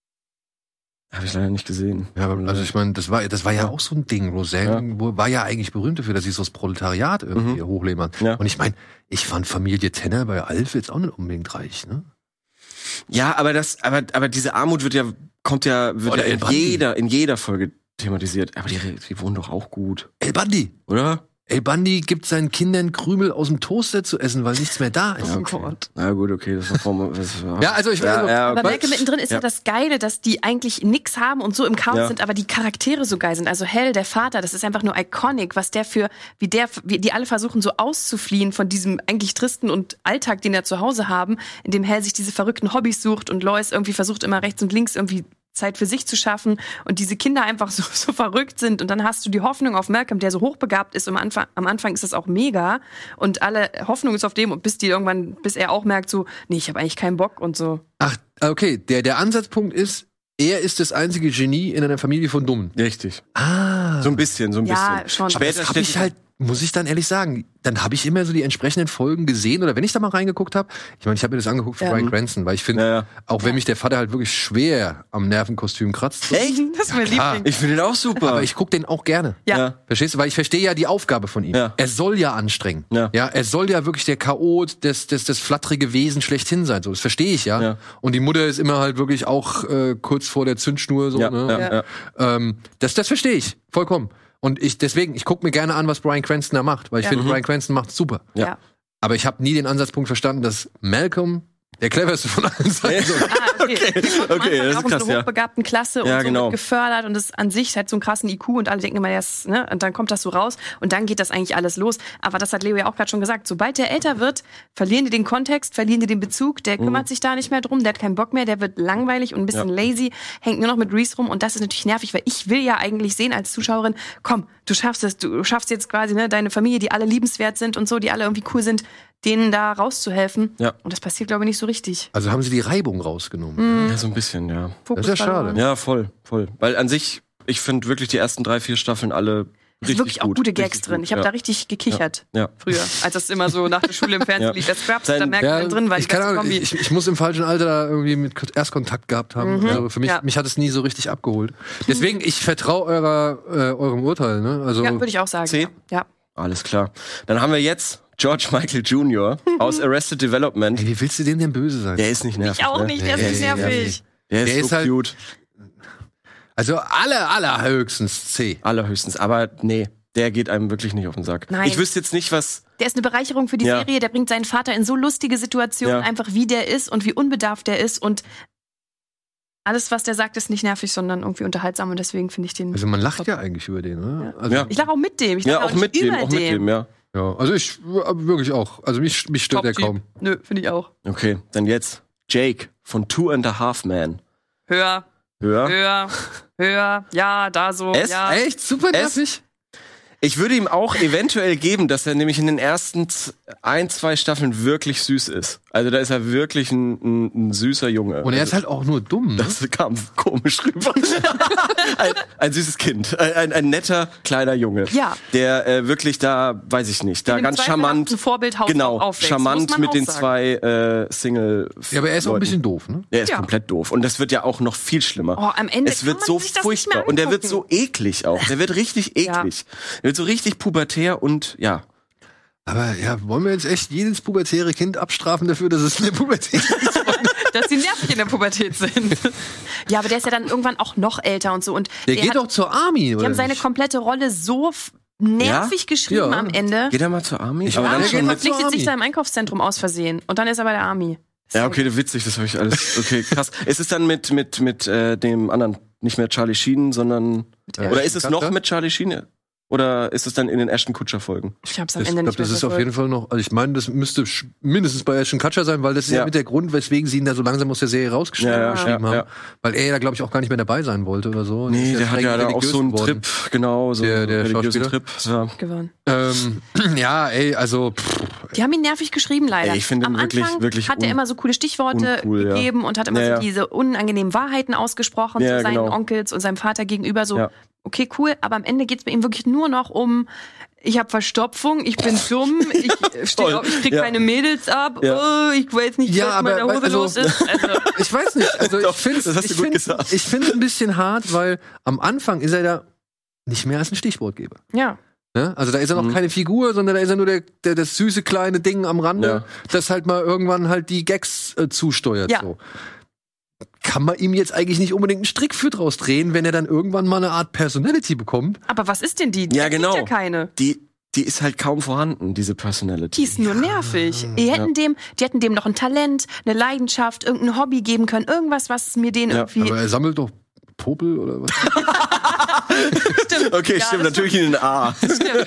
Speaker 1: Habe ich leider nicht gesehen.
Speaker 3: Ja, aber also ich meine, das war, das war ja,
Speaker 1: Ja.
Speaker 3: auch so ein Ding. Roseanne wo- war ja eigentlich berühmt dafür, dass sie so das Proletariat irgendwie
Speaker 1: Mhm.
Speaker 3: hochleben hat.
Speaker 1: Ja.
Speaker 3: Und ich meine, ich fand Familie Tenner bei Alf jetzt auch nicht unbedingt reich, ne?
Speaker 1: Ja, aber das, aber, aber diese Armut wird ja, kommt ja, wird
Speaker 3: Oder
Speaker 1: ja
Speaker 3: El
Speaker 1: in
Speaker 3: Bandi.
Speaker 1: jeder, in jeder Folge thematisiert. Aber die, die wohnen doch auch gut,
Speaker 3: El Bandi.
Speaker 1: oder?
Speaker 3: El Bandi gibt seinen Kindern Krümel aus dem Toaster zu essen, weil nichts mehr da ist.
Speaker 2: Oh Gott.
Speaker 1: Na gut, okay, das war vor, das war,
Speaker 3: Ja, also ich
Speaker 1: ja,
Speaker 3: also,
Speaker 1: ja,
Speaker 2: Aber
Speaker 1: okay.
Speaker 2: Malcolm mittendrin ist ja.
Speaker 1: Ja.
Speaker 2: das Geile, dass die eigentlich nix haben und so im Chaos
Speaker 1: Ja.
Speaker 2: sind, aber die Charaktere so geil sind. Also Hell, der Vater, das ist einfach nur iconic, was der für, wie der, wie die alle versuchen so auszufliehen von diesem eigentlich tristen und Alltag, den er zu Hause haben, in dem Hell sich diese verrückten Hobbys sucht und Lois irgendwie versucht immer rechts und links irgendwie Zeit für sich zu schaffen und diese Kinder einfach so, so verrückt sind und dann hast du die Hoffnung auf Malcolm, der so hochbegabt ist und am Anfang, am Anfang ist das auch mega und alle Hoffnung ist auf dem und bis die irgendwann, bis er auch merkt so, nee, ich habe eigentlich keinen Bock und so.
Speaker 3: Ach, okay, der, der Ansatzpunkt ist, er ist das einzige Genie in einer Familie von Dummen.
Speaker 1: Richtig.
Speaker 3: Ah.
Speaker 1: So ein bisschen, so ein
Speaker 2: Ja,
Speaker 1: bisschen.
Speaker 2: schon.
Speaker 3: Aber
Speaker 1: Später
Speaker 3: das habe ich
Speaker 1: steht-
Speaker 3: halt, muss ich dann ehrlich sagen, dann habe ich immer so die entsprechenden Folgen gesehen oder wenn ich da mal reingeguckt habe, ich meine, ich habe mir das angeguckt für
Speaker 2: Ja.
Speaker 3: Bryan Cranston, weil ich finde,
Speaker 1: Ja, ja.
Speaker 3: auch wenn mich der Vater halt wirklich schwer am Nervenkostüm kratzt,
Speaker 1: Echt?
Speaker 2: Das ist mein
Speaker 3: klar.
Speaker 2: Liebling.
Speaker 1: Ich finde den auch super.
Speaker 3: aber ich gucke den auch gerne.
Speaker 2: Ja.
Speaker 1: Ja.
Speaker 3: Verstehst du? Weil ich verstehe ja die Aufgabe von ihm.
Speaker 1: Ja.
Speaker 3: Er soll ja anstrengen.
Speaker 1: Ja.
Speaker 3: ja. Er soll ja wirklich der Chaot, das, das, das flatterige Wesen schlechthin sein. So, das verstehe ich ja.
Speaker 1: Ja.
Speaker 3: Und die Mutter ist immer halt wirklich auch äh, kurz vor der Zündschnur. So,
Speaker 1: Ja,
Speaker 3: ne?
Speaker 1: ja,
Speaker 2: Ja.
Speaker 1: ja.
Speaker 3: Ähm, das, das verstehe ich vollkommen. Und ich deswegen, ich gucke mir gerne an, was Bryan Cranston da macht, weil ich
Speaker 2: Ja.
Speaker 3: finde,
Speaker 1: Mhm.
Speaker 3: Bryan Cranston macht super.
Speaker 1: Ja.
Speaker 2: Ja.
Speaker 3: Aber ich habe nie den Ansatzpunkt verstanden, dass Malcolm der cleverste von allen sein soll.
Speaker 2: Ah, okay.
Speaker 1: Okay,
Speaker 2: Der kommt am
Speaker 1: okay,
Speaker 2: Anfang
Speaker 1: das ist
Speaker 2: auch in
Speaker 1: krass,
Speaker 2: so einer
Speaker 1: ja.
Speaker 2: hochbegabten Klasse und
Speaker 1: Ja,
Speaker 2: so
Speaker 1: genau.
Speaker 2: wird gefördert und das an sich hat so einen krassen I Q und alle denken immer, der ist, ne, und dann kommt das so raus und dann geht das eigentlich alles los. Aber das hat Leo ja auch gerade schon gesagt. Sobald der älter wird, verlieren die den Kontext, verlieren die den Bezug, der kümmert sich da nicht mehr drum, der hat keinen Bock mehr, der wird langweilig und ein bisschen
Speaker 1: Ja.
Speaker 2: lazy, hängt nur noch mit Reese rum und das ist natürlich nervig, weil ich will ja eigentlich sehen als Zuschauerin, komm, du schaffst es, du schaffst jetzt quasi, ne, deine Familie, die alle liebenswert sind und so, die alle irgendwie cool sind, denen da rauszuhelfen.
Speaker 1: Ja.
Speaker 2: Und das passiert, glaube ich, nicht so richtig.
Speaker 3: Also haben sie die Reibung rausgenommen.
Speaker 1: Ja, so ein bisschen, ja.
Speaker 2: Fokus
Speaker 3: Das ist ja schade.
Speaker 2: verloren.
Speaker 1: Ja, voll, voll. Weil an sich, ich finde wirklich die ersten drei, vier Staffeln alle
Speaker 2: Es
Speaker 1: richtig
Speaker 2: sind wirklich auch
Speaker 1: gut.
Speaker 2: gute Gags
Speaker 1: Richtig
Speaker 2: drin.
Speaker 1: gut,
Speaker 2: Ich habe
Speaker 1: ja.
Speaker 2: da richtig gekichert
Speaker 1: Ja.
Speaker 2: früher, als das immer so nach der Schule im Fernsehen
Speaker 1: Ja.
Speaker 2: lief. Der Scrubs,
Speaker 1: Sein-
Speaker 2: da merkt man drin, weil
Speaker 3: ich,
Speaker 2: die
Speaker 3: keine
Speaker 2: ganze
Speaker 3: Ahnung,
Speaker 2: Kombi.
Speaker 3: ich, ich muss im falschen Alter da irgendwie mit Erstkontakt gehabt haben. Also für mich,
Speaker 2: Ja.
Speaker 3: mich hat es nie so richtig abgeholt. Deswegen, ich vertraue eurer, äh, eurem Urteil. Ne? Also,
Speaker 2: Ja, würde ich auch sagen.
Speaker 1: C?
Speaker 2: Ja.
Speaker 1: Alles klar. Dann haben wir jetzt George Michael Junior aus Arrested Development.
Speaker 3: ey, wie willst du dem denn böse sein?
Speaker 1: Der ist nicht nervig.
Speaker 2: Ich auch
Speaker 1: ne?
Speaker 2: nicht, der ist
Speaker 3: Nee,
Speaker 2: nicht
Speaker 3: nee,
Speaker 2: nervig.
Speaker 1: Der ist
Speaker 3: Der
Speaker 1: so
Speaker 3: ist halt-
Speaker 1: cute.
Speaker 3: Also aller, allerhöchstens C.
Speaker 1: Allerhöchstens. Aber nee, der geht einem wirklich nicht auf den Sack.
Speaker 2: Nein.
Speaker 1: Ich wüsste jetzt nicht, was.
Speaker 2: Der ist eine Bereicherung für die
Speaker 1: Ja.
Speaker 2: Serie. Der bringt seinen Vater in so lustige Situationen,
Speaker 1: Ja.
Speaker 2: einfach wie der ist und wie unbedarft der ist. Und alles, was der sagt, ist nicht nervig, sondern irgendwie unterhaltsam. Und deswegen finde ich den.
Speaker 3: Also man lacht ja eigentlich über den, oder? Also,
Speaker 1: Ja.
Speaker 2: Ich lache auch mit dem. Ich
Speaker 1: Ja,
Speaker 2: lache
Speaker 1: auch
Speaker 2: nicht
Speaker 1: mit dem,
Speaker 2: über
Speaker 1: auch mit dem, ja.
Speaker 3: ja. Also ich äh, wirklich auch. Also mich, mich stört der
Speaker 2: Top-Typ.
Speaker 3: kaum.
Speaker 2: Nö, finde ich auch.
Speaker 1: Okay, dann jetzt Jake von Two and a Half Men.
Speaker 2: Höher,
Speaker 1: Höher.
Speaker 2: höher, höher. Ja, da so.
Speaker 1: Es?
Speaker 2: Ja.
Speaker 3: Echt? Super
Speaker 1: Es-
Speaker 3: nervig?
Speaker 1: Ich würde ihm auch eventuell geben, dass er nämlich in den ersten z- ein, zwei Staffeln wirklich süß ist. Also da ist er wirklich ein, ein, ein süßer Junge.
Speaker 3: Und er ist halt auch nur dumm. Ne?
Speaker 1: Das kam komisch rüber. ein, ein süßes Kind. Ein, ein, ein netter, kleiner Junge.
Speaker 2: Ja.
Speaker 1: Der äh, wirklich da, weiß ich nicht, da
Speaker 2: dem
Speaker 1: ganz charmant.
Speaker 2: zweifelhaften Vorbildhaus
Speaker 1: Genau,
Speaker 2: auch aufwächst, muss
Speaker 1: charmant
Speaker 2: man
Speaker 1: mit
Speaker 2: auch
Speaker 1: den
Speaker 2: sagen.
Speaker 1: zwei äh, Single.
Speaker 3: Ja, aber er ist auch ein
Speaker 1: Leuten.
Speaker 3: bisschen doof, ne?
Speaker 1: Er ist
Speaker 2: Ja.
Speaker 1: komplett doof. Und das wird ja auch noch viel schlimmer.
Speaker 2: Oh, am Ende
Speaker 1: es
Speaker 2: kann
Speaker 1: wird
Speaker 2: man
Speaker 1: so
Speaker 2: sich das nicht mehr
Speaker 1: furchtbar. Und der wird so
Speaker 2: angucken.
Speaker 1: eklig auch. Der wird richtig
Speaker 2: Ja.
Speaker 1: eklig. Der wird so richtig pubertär und ja.
Speaker 3: Aber ja, wollen wir jetzt echt jedes pubertäre Kind abstrafen dafür, dass es in der Pubertät ist?
Speaker 2: dass sie nervig in der Pubertät sind. Ja, aber der ist ja dann irgendwann auch noch älter und so. Und
Speaker 3: Der
Speaker 2: der
Speaker 3: geht
Speaker 2: hat,
Speaker 3: doch zur Army,
Speaker 2: die
Speaker 3: oder
Speaker 2: haben seine
Speaker 3: nicht?
Speaker 2: komplette Rolle so f- nervig geschrieben
Speaker 3: Ja.
Speaker 2: am Ende.
Speaker 1: Geht er mal zur Army?
Speaker 3: Ich
Speaker 1: Aber
Speaker 3: war-
Speaker 1: dann
Speaker 3: der
Speaker 2: Der
Speaker 3: geht
Speaker 1: schon
Speaker 3: mal
Speaker 1: mit,
Speaker 3: zur
Speaker 2: verpflichtet sich
Speaker 3: Army.
Speaker 2: da im Einkaufszentrum aus Versehen. Und dann ist er bei der Army.
Speaker 1: ja, okay, witzig, das habe ich alles. Okay, krass. Ist es dann mit, mit, mit äh, dem anderen, nicht mehr Charlie Sheen, sondern.
Speaker 3: Äh,
Speaker 1: Oder ist es
Speaker 3: Ashton
Speaker 1: noch
Speaker 3: Kutcher?
Speaker 1: mit Charlie Sheen? Oder ist es dann in den Ashton Kutcher Folgen?
Speaker 2: Ich hab's am
Speaker 3: Das,
Speaker 2: Ende
Speaker 3: ich
Speaker 2: nicht
Speaker 3: glaube, das
Speaker 2: mehr
Speaker 3: ist auf
Speaker 2: verfolgt.
Speaker 3: jeden Fall noch, also ich meine, das müsste sch- mindestens bei Ashton Kutcher sein, weil das ist ja,
Speaker 1: Ja.
Speaker 3: mit der Grund, weswegen sie ihn da so langsam aus der Serie rausgeschrieben
Speaker 1: Ja, ja,
Speaker 3: geschrieben
Speaker 1: ja,
Speaker 3: haben.
Speaker 1: ja.
Speaker 3: Weil er ja, glaube ich, auch gar nicht mehr dabei sein wollte oder so.
Speaker 1: Nee,
Speaker 3: Ist
Speaker 1: der hat
Speaker 3: streng
Speaker 1: ja da auch
Speaker 3: religiös
Speaker 1: so einen
Speaker 3: geworden.
Speaker 1: Trip, genau, so
Speaker 3: Der- der
Speaker 1: einen religiösen
Speaker 3: Schauspieler?
Speaker 1: Trip. Ja.
Speaker 2: Gewonnen.
Speaker 3: Ähm, ja, ey, also pff,
Speaker 2: Die haben ihn nervig geschrieben, leider.
Speaker 1: Ey, ich finde
Speaker 2: Am
Speaker 1: ihn wirklich-
Speaker 2: Anfang
Speaker 1: wirklich
Speaker 2: hat er
Speaker 1: un-
Speaker 2: immer so coole Stichworte
Speaker 1: uncool, ja.
Speaker 2: gegeben und hat immer
Speaker 1: Ja,
Speaker 2: so
Speaker 1: ja.
Speaker 2: diese unangenehmen Wahrheiten ausgesprochen
Speaker 1: Ja,
Speaker 2: zu seinen
Speaker 1: genau.
Speaker 2: Onkels und seinem Vater gegenüber. So,
Speaker 1: Ja.
Speaker 2: okay, cool, aber am Ende geht's bei ihm wirklich nur noch um, ich habe Verstopfung, ich bin dumm, ich, steh
Speaker 1: Voll.
Speaker 2: auf, ich krieg
Speaker 1: Ja.
Speaker 2: keine Mädels ab,
Speaker 1: Ja.
Speaker 2: oh, ich weiß nicht,
Speaker 3: Ja,
Speaker 2: was
Speaker 3: aber-
Speaker 2: mit meiner Hose
Speaker 3: also-
Speaker 2: los ist. Also,
Speaker 3: ich weiß nicht. Also
Speaker 1: Doch,
Speaker 3: ich finde
Speaker 1: das hast du
Speaker 3: ich
Speaker 1: gut
Speaker 3: find's-
Speaker 1: gesagt.
Speaker 3: ich find's ein bisschen hart, weil am Anfang ist er da nicht mehr als ein Stichwortgeber.
Speaker 2: ja.
Speaker 3: Ne? Also da ist er noch
Speaker 1: Mhm.
Speaker 3: keine Figur, sondern da ist er nur der, der, das süße kleine Ding am Rande,
Speaker 1: Ja.
Speaker 3: das halt mal irgendwann halt die Gags äh, zusteuert.
Speaker 2: Ja.
Speaker 3: So. Kann man ihm jetzt eigentlich nicht unbedingt einen Strick für draus drehen, wenn er dann irgendwann mal eine Art Personality bekommt?
Speaker 2: Aber was ist denn die? Die
Speaker 1: Ja,
Speaker 2: kriegt
Speaker 1: genau.
Speaker 2: ja keine.
Speaker 1: Die, die ist halt kaum vorhanden, diese Personality.
Speaker 2: Die ist nur nervig. Die hätten, dem, die hätten dem noch ein Talent, eine Leidenschaft, irgendein Hobby geben können. Irgendwas, was mir den
Speaker 1: Ja,
Speaker 2: irgendwie.
Speaker 3: Aber er sammelt doch Popel oder was?
Speaker 2: Stimmt.
Speaker 1: Okay,
Speaker 2: Ja,
Speaker 1: stimmt,
Speaker 2: das
Speaker 1: natürlich in den A.
Speaker 2: stimmt.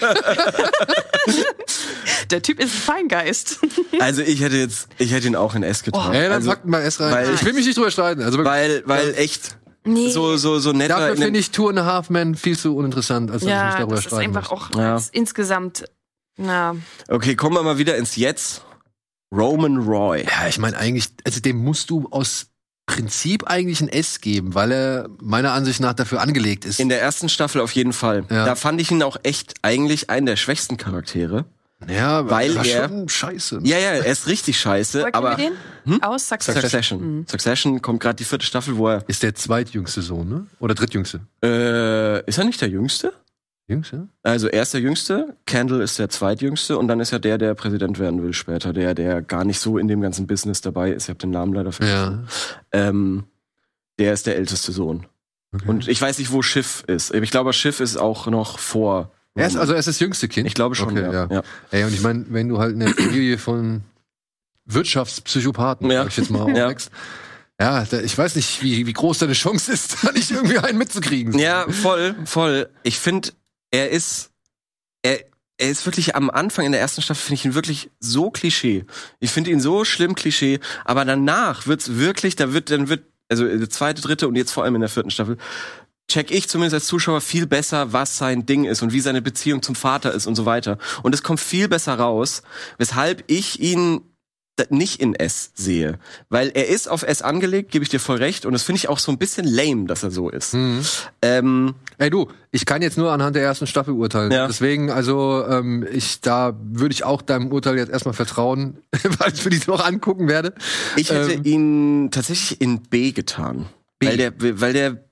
Speaker 2: Der Typ ist ein Feingeist.
Speaker 1: Also ich hätte jetzt, ich hätte ihn auch in S getan.
Speaker 3: Ey, dann
Speaker 1: also,
Speaker 3: packt mal S rein.
Speaker 1: weil-
Speaker 3: ich will mich nicht drüber streiten. Also wirklich.
Speaker 1: weil, weil echt,
Speaker 2: Nee.
Speaker 1: so, so, so netter.
Speaker 3: Dafür
Speaker 1: in den-
Speaker 3: finde ich Two and a Half Men viel zu uninteressant, als dass ich mich
Speaker 2: Ja,
Speaker 3: darüber
Speaker 2: das ist
Speaker 3: streiten
Speaker 2: einfach
Speaker 3: möchte.
Speaker 2: auch
Speaker 1: Ja.
Speaker 2: als insgesamt, na,
Speaker 1: Okay, kommen wir mal wieder ins Jetzt. Roman Roy.
Speaker 3: Ja, ich meine eigentlich, also dem musst du aus Prinzip eigentlich ein S geben, weil er meiner Ansicht nach dafür angelegt ist.
Speaker 1: In der ersten Staffel auf jeden Fall.
Speaker 3: Ja.
Speaker 1: Da fand ich ihn auch echt eigentlich einen der schwächsten Charaktere.
Speaker 3: ja,
Speaker 1: weil
Speaker 3: war
Speaker 1: er-
Speaker 3: schon scheiße.
Speaker 1: Ja, ja, er ist richtig scheiße,
Speaker 2: woher kennen
Speaker 1: aber
Speaker 2: wir den?
Speaker 1: Hm?
Speaker 2: Aus Succession.
Speaker 1: Succession.
Speaker 2: Mhm.
Speaker 1: Succession kommt gerade die vierte Staffel, wo er
Speaker 3: Ist der zweitjüngste Sohn, ne? Oder drittjüngste?
Speaker 1: äh, ist er nicht der Jüngste?
Speaker 3: Jüngste?
Speaker 1: Also er ist der Jüngste, Kendall ist der Zweitjüngste und dann ist ja der, der Präsident werden will später, der, der gar nicht so in dem ganzen Business dabei ist. Ich habe den Namen leider vergessen.
Speaker 3: Ja.
Speaker 1: Ähm, der ist der älteste Sohn.
Speaker 3: Okay.
Speaker 1: Und ich weiß nicht, wo Schiff ist. Ich glaube, Schiff ist auch noch vor.
Speaker 3: Er ist, also er ist das jüngste Kind?
Speaker 1: Ich glaube schon,
Speaker 3: Okay,
Speaker 1: ja.
Speaker 3: ja.
Speaker 1: ja.
Speaker 3: Ey, und ich meine, wenn du halt in der Familie von Wirtschaftspsychopathen,
Speaker 1: Ja.
Speaker 3: sag ich jetzt mal,
Speaker 1: Ja.
Speaker 3: aufwächst, ja, da, ich weiß nicht, wie, wie groß deine Chance ist, da nicht irgendwie einen mitzukriegen.
Speaker 1: Ja, voll, voll. Ich finde, er ist, er, er ist wirklich am Anfang in der ersten Staffel, finde ich ihn wirklich so Klischee. Ich finde ihn so schlimm Klischee, aber danach wird's wirklich, da wird, dann wird, also die zweite, dritte und jetzt vor allem in der vierten Staffel, check ich zumindest als Zuschauer viel besser, was sein Ding ist und wie seine Beziehung zum Vater ist und so weiter. Und es kommt viel besser raus, weshalb ich ihn da- nicht in S sehe. Weil er ist auf S angelegt, gebe ich dir voll recht. Und das finde ich auch so ein bisschen lame, dass er so ist.
Speaker 3: Mhm.
Speaker 1: Ähm,
Speaker 3: Ey du, ich kann jetzt nur anhand der ersten Staffel urteilen.
Speaker 1: Ja.
Speaker 3: Deswegen, also ähm, ich da würde ich auch deinem Urteil jetzt erstmal vertrauen, weil ich mir die noch angucken werde.
Speaker 1: Ich hätte
Speaker 3: Ähm,
Speaker 1: ihn tatsächlich in B getan.
Speaker 3: B.
Speaker 1: Weil der, weil der,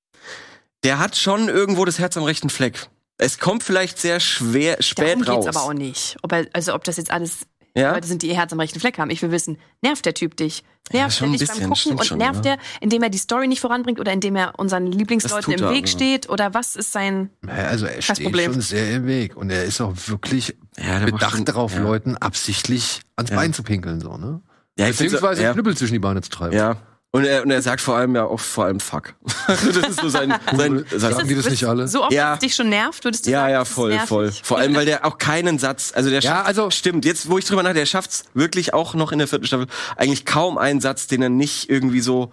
Speaker 1: der hat schon irgendwo das Herz am rechten Fleck. Es kommt vielleicht sehr schwer, spät
Speaker 2: Darum
Speaker 1: raus.
Speaker 2: geht's aber auch nicht. Ob er, also ob das jetzt alles
Speaker 1: Ja?
Speaker 2: Leute sind, die ihr Herz am rechten Fleck haben. Ich will wissen, nervt der Typ dich?
Speaker 1: Ja,
Speaker 2: Nervt
Speaker 1: schon
Speaker 2: er
Speaker 1: ein
Speaker 2: dich
Speaker 1: bisschen,
Speaker 2: beim Gucken
Speaker 1: stimmt
Speaker 2: und
Speaker 1: schon,
Speaker 2: nervt
Speaker 1: ja.
Speaker 2: er, indem er die Story nicht voranbringt oder indem er unseren Lieblingsleuten
Speaker 1: Das tut
Speaker 2: im
Speaker 1: er
Speaker 2: Weg
Speaker 1: aber.
Speaker 2: steht? Oder was ist sein...
Speaker 3: Ja, also er
Speaker 2: Das
Speaker 3: steht
Speaker 2: Problem.
Speaker 3: schon sehr im Weg und er ist auch wirklich
Speaker 1: Ja, der macht
Speaker 3: bedacht
Speaker 1: schon-
Speaker 3: darauf,
Speaker 1: ja.
Speaker 3: Leuten absichtlich ans
Speaker 1: Ja.
Speaker 3: Bein zu pinkeln, so, ne?
Speaker 1: Ja, ich find's-
Speaker 3: Beziehungsweise
Speaker 1: ja.
Speaker 3: Knüppel zwischen die Beine zu treiben.
Speaker 1: Ja. Und er, und er sagt vor allem ja auch vor allem Fuck. Also das ist so sein, sein, sein
Speaker 3: Sagen die das nicht alle?
Speaker 2: So oft,
Speaker 1: Ja.
Speaker 2: dass es dich schon nervt, würdest du
Speaker 1: Ja,
Speaker 2: sagen,
Speaker 1: ja,
Speaker 2: das ist
Speaker 1: voll,
Speaker 2: nervig?
Speaker 1: voll. Vor allem, weil der auch keinen Satz, also der
Speaker 3: Ja,
Speaker 1: schafft,
Speaker 3: also-
Speaker 1: stimmt, jetzt, wo ich drüber nachdenke, der schafft's wirklich auch noch in der vierten Staffel, eigentlich kaum einen Satz, den er nicht irgendwie so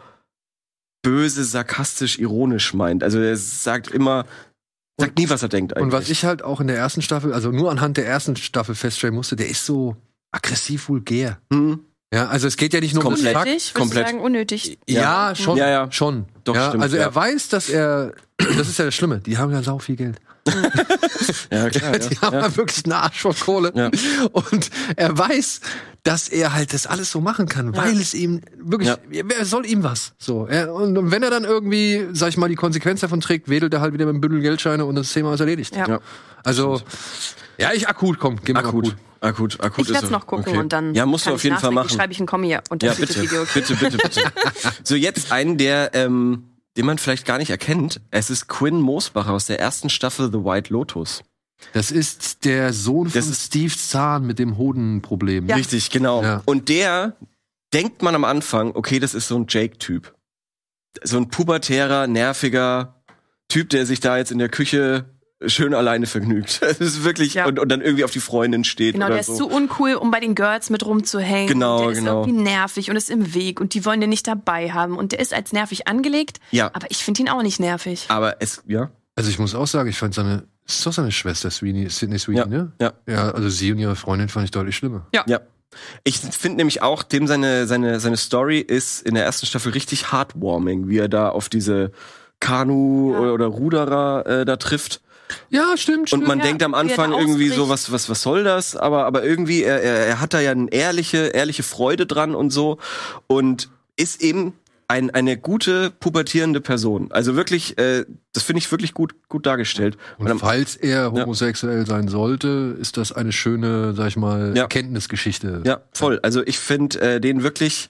Speaker 1: böse, sarkastisch, ironisch meint. Also er sagt immer, sagt nie, was er denkt eigentlich.
Speaker 3: Und was ich halt auch in der ersten Staffel, also nur anhand der ersten Staffel feststellen musste, der ist so aggressiv vulgär.
Speaker 1: Hm?
Speaker 3: Ja, also es geht ja nicht nur um das
Speaker 1: Komplett.
Speaker 3: Fakt.
Speaker 2: Unnötig, würdest
Speaker 1: komplett.
Speaker 2: du sagen, unnötig.
Speaker 3: Ja,
Speaker 1: Ja.
Speaker 3: schon.
Speaker 1: Ja, ja.
Speaker 3: Schon.
Speaker 1: Doch,
Speaker 3: ja,
Speaker 1: stimmt,
Speaker 3: also
Speaker 1: ja.
Speaker 3: er weiß, dass er, das ist ja das Schlimme, die haben ja sau viel Geld.
Speaker 1: Ja, klar,
Speaker 3: die
Speaker 1: ja.
Speaker 3: haben
Speaker 1: ja.
Speaker 3: ja wirklich eine Arsch voll Kohle.
Speaker 1: Ja.
Speaker 3: Und er weiß, dass er halt das alles so machen kann, weil es ihm wirklich, wer soll ihm was? So. Er, und wenn er dann irgendwie, sag ich mal, die Konsequenz davon trägt, wedelt er halt wieder mit einem Bündel Geldscheine und das Thema ist erledigt.
Speaker 2: Ja.
Speaker 1: Ja.
Speaker 3: Also, ja, ich akut, komm, gib mir
Speaker 1: Akut.
Speaker 3: akut.
Speaker 1: Akut, akut
Speaker 2: Ich werde
Speaker 1: ist
Speaker 2: es noch gucken
Speaker 1: okay.
Speaker 2: und dann
Speaker 1: Ja, musst
Speaker 2: kann
Speaker 1: du auf
Speaker 2: ich
Speaker 1: jeden Fall
Speaker 2: nachträglich
Speaker 1: machen.
Speaker 2: schreibe ich einen Kommi unter
Speaker 1: Ja,
Speaker 2: das
Speaker 1: bitte,
Speaker 2: Video. Okay?
Speaker 1: bitte, bitte, bitte. So, jetzt einen, der, ähm, den man vielleicht gar nicht erkennt. Es ist Quinn Mosbacher aus der ersten Staffel The White Lotus.
Speaker 3: Das ist der Sohn
Speaker 1: Das
Speaker 3: von
Speaker 1: ist-
Speaker 3: Steve Zahn mit dem Hodenproblem.
Speaker 2: Ja.
Speaker 1: Richtig, genau.
Speaker 3: Ja.
Speaker 1: Und der denkt man am Anfang, okay, das ist so ein Jake-Typ. So ein pubertärer, nerviger Typ, der sich da jetzt in der Küche schön alleine vergnügt. Das ist wirklich,
Speaker 2: Ja.
Speaker 1: und, und dann irgendwie auf die Freundin steht
Speaker 2: Genau,
Speaker 1: oder
Speaker 2: der
Speaker 1: so.
Speaker 2: ist zu uncool, um bei den Girls mit rumzuhängen.
Speaker 1: Genau,
Speaker 2: der ist
Speaker 1: genau.
Speaker 2: irgendwie nervig und ist im Weg und die wollen den nicht dabei haben. Und der ist als nervig angelegt,
Speaker 1: Ja.
Speaker 2: aber ich finde ihn auch nicht nervig.
Speaker 1: Aber es, ja.
Speaker 3: Also ich muss auch sagen, ich fand seine, ist doch seine Schwester Sweeney, Sydney Sweeney,
Speaker 1: Ja,
Speaker 3: ne?
Speaker 1: ja.
Speaker 3: Ja, also sie und ihre Freundin fand ich deutlich schlimmer.
Speaker 1: Ja. Ich finde nämlich auch, dem seine, seine, seine Story ist in der ersten Staffel richtig heartwarming, wie er da auf diese Kanu-
Speaker 2: Ja.
Speaker 1: oder, oder Ruderer äh, da trifft.
Speaker 3: Ja, stimmt, stimmt.
Speaker 1: Und man
Speaker 2: Ja,
Speaker 1: denkt am
Speaker 2: wie er da
Speaker 1: Anfang irgendwie so,
Speaker 2: ausbricht.
Speaker 1: was, was, was soll das? Aber, aber irgendwie, er, er, er hat da ja eine ehrliche, ehrliche Freude dran und so. Und ist eben ein, eine gute, pubertierende Person. Also wirklich, äh, das finde ich wirklich gut, gut dargestellt.
Speaker 3: Und
Speaker 1: am-
Speaker 3: falls er homosexuell sein sollte, ist das eine schöne, sag ich mal,
Speaker 1: Ja.
Speaker 3: Erkenntnisgeschichte.
Speaker 1: ja, voll. Also ich finde äh, den wirklich,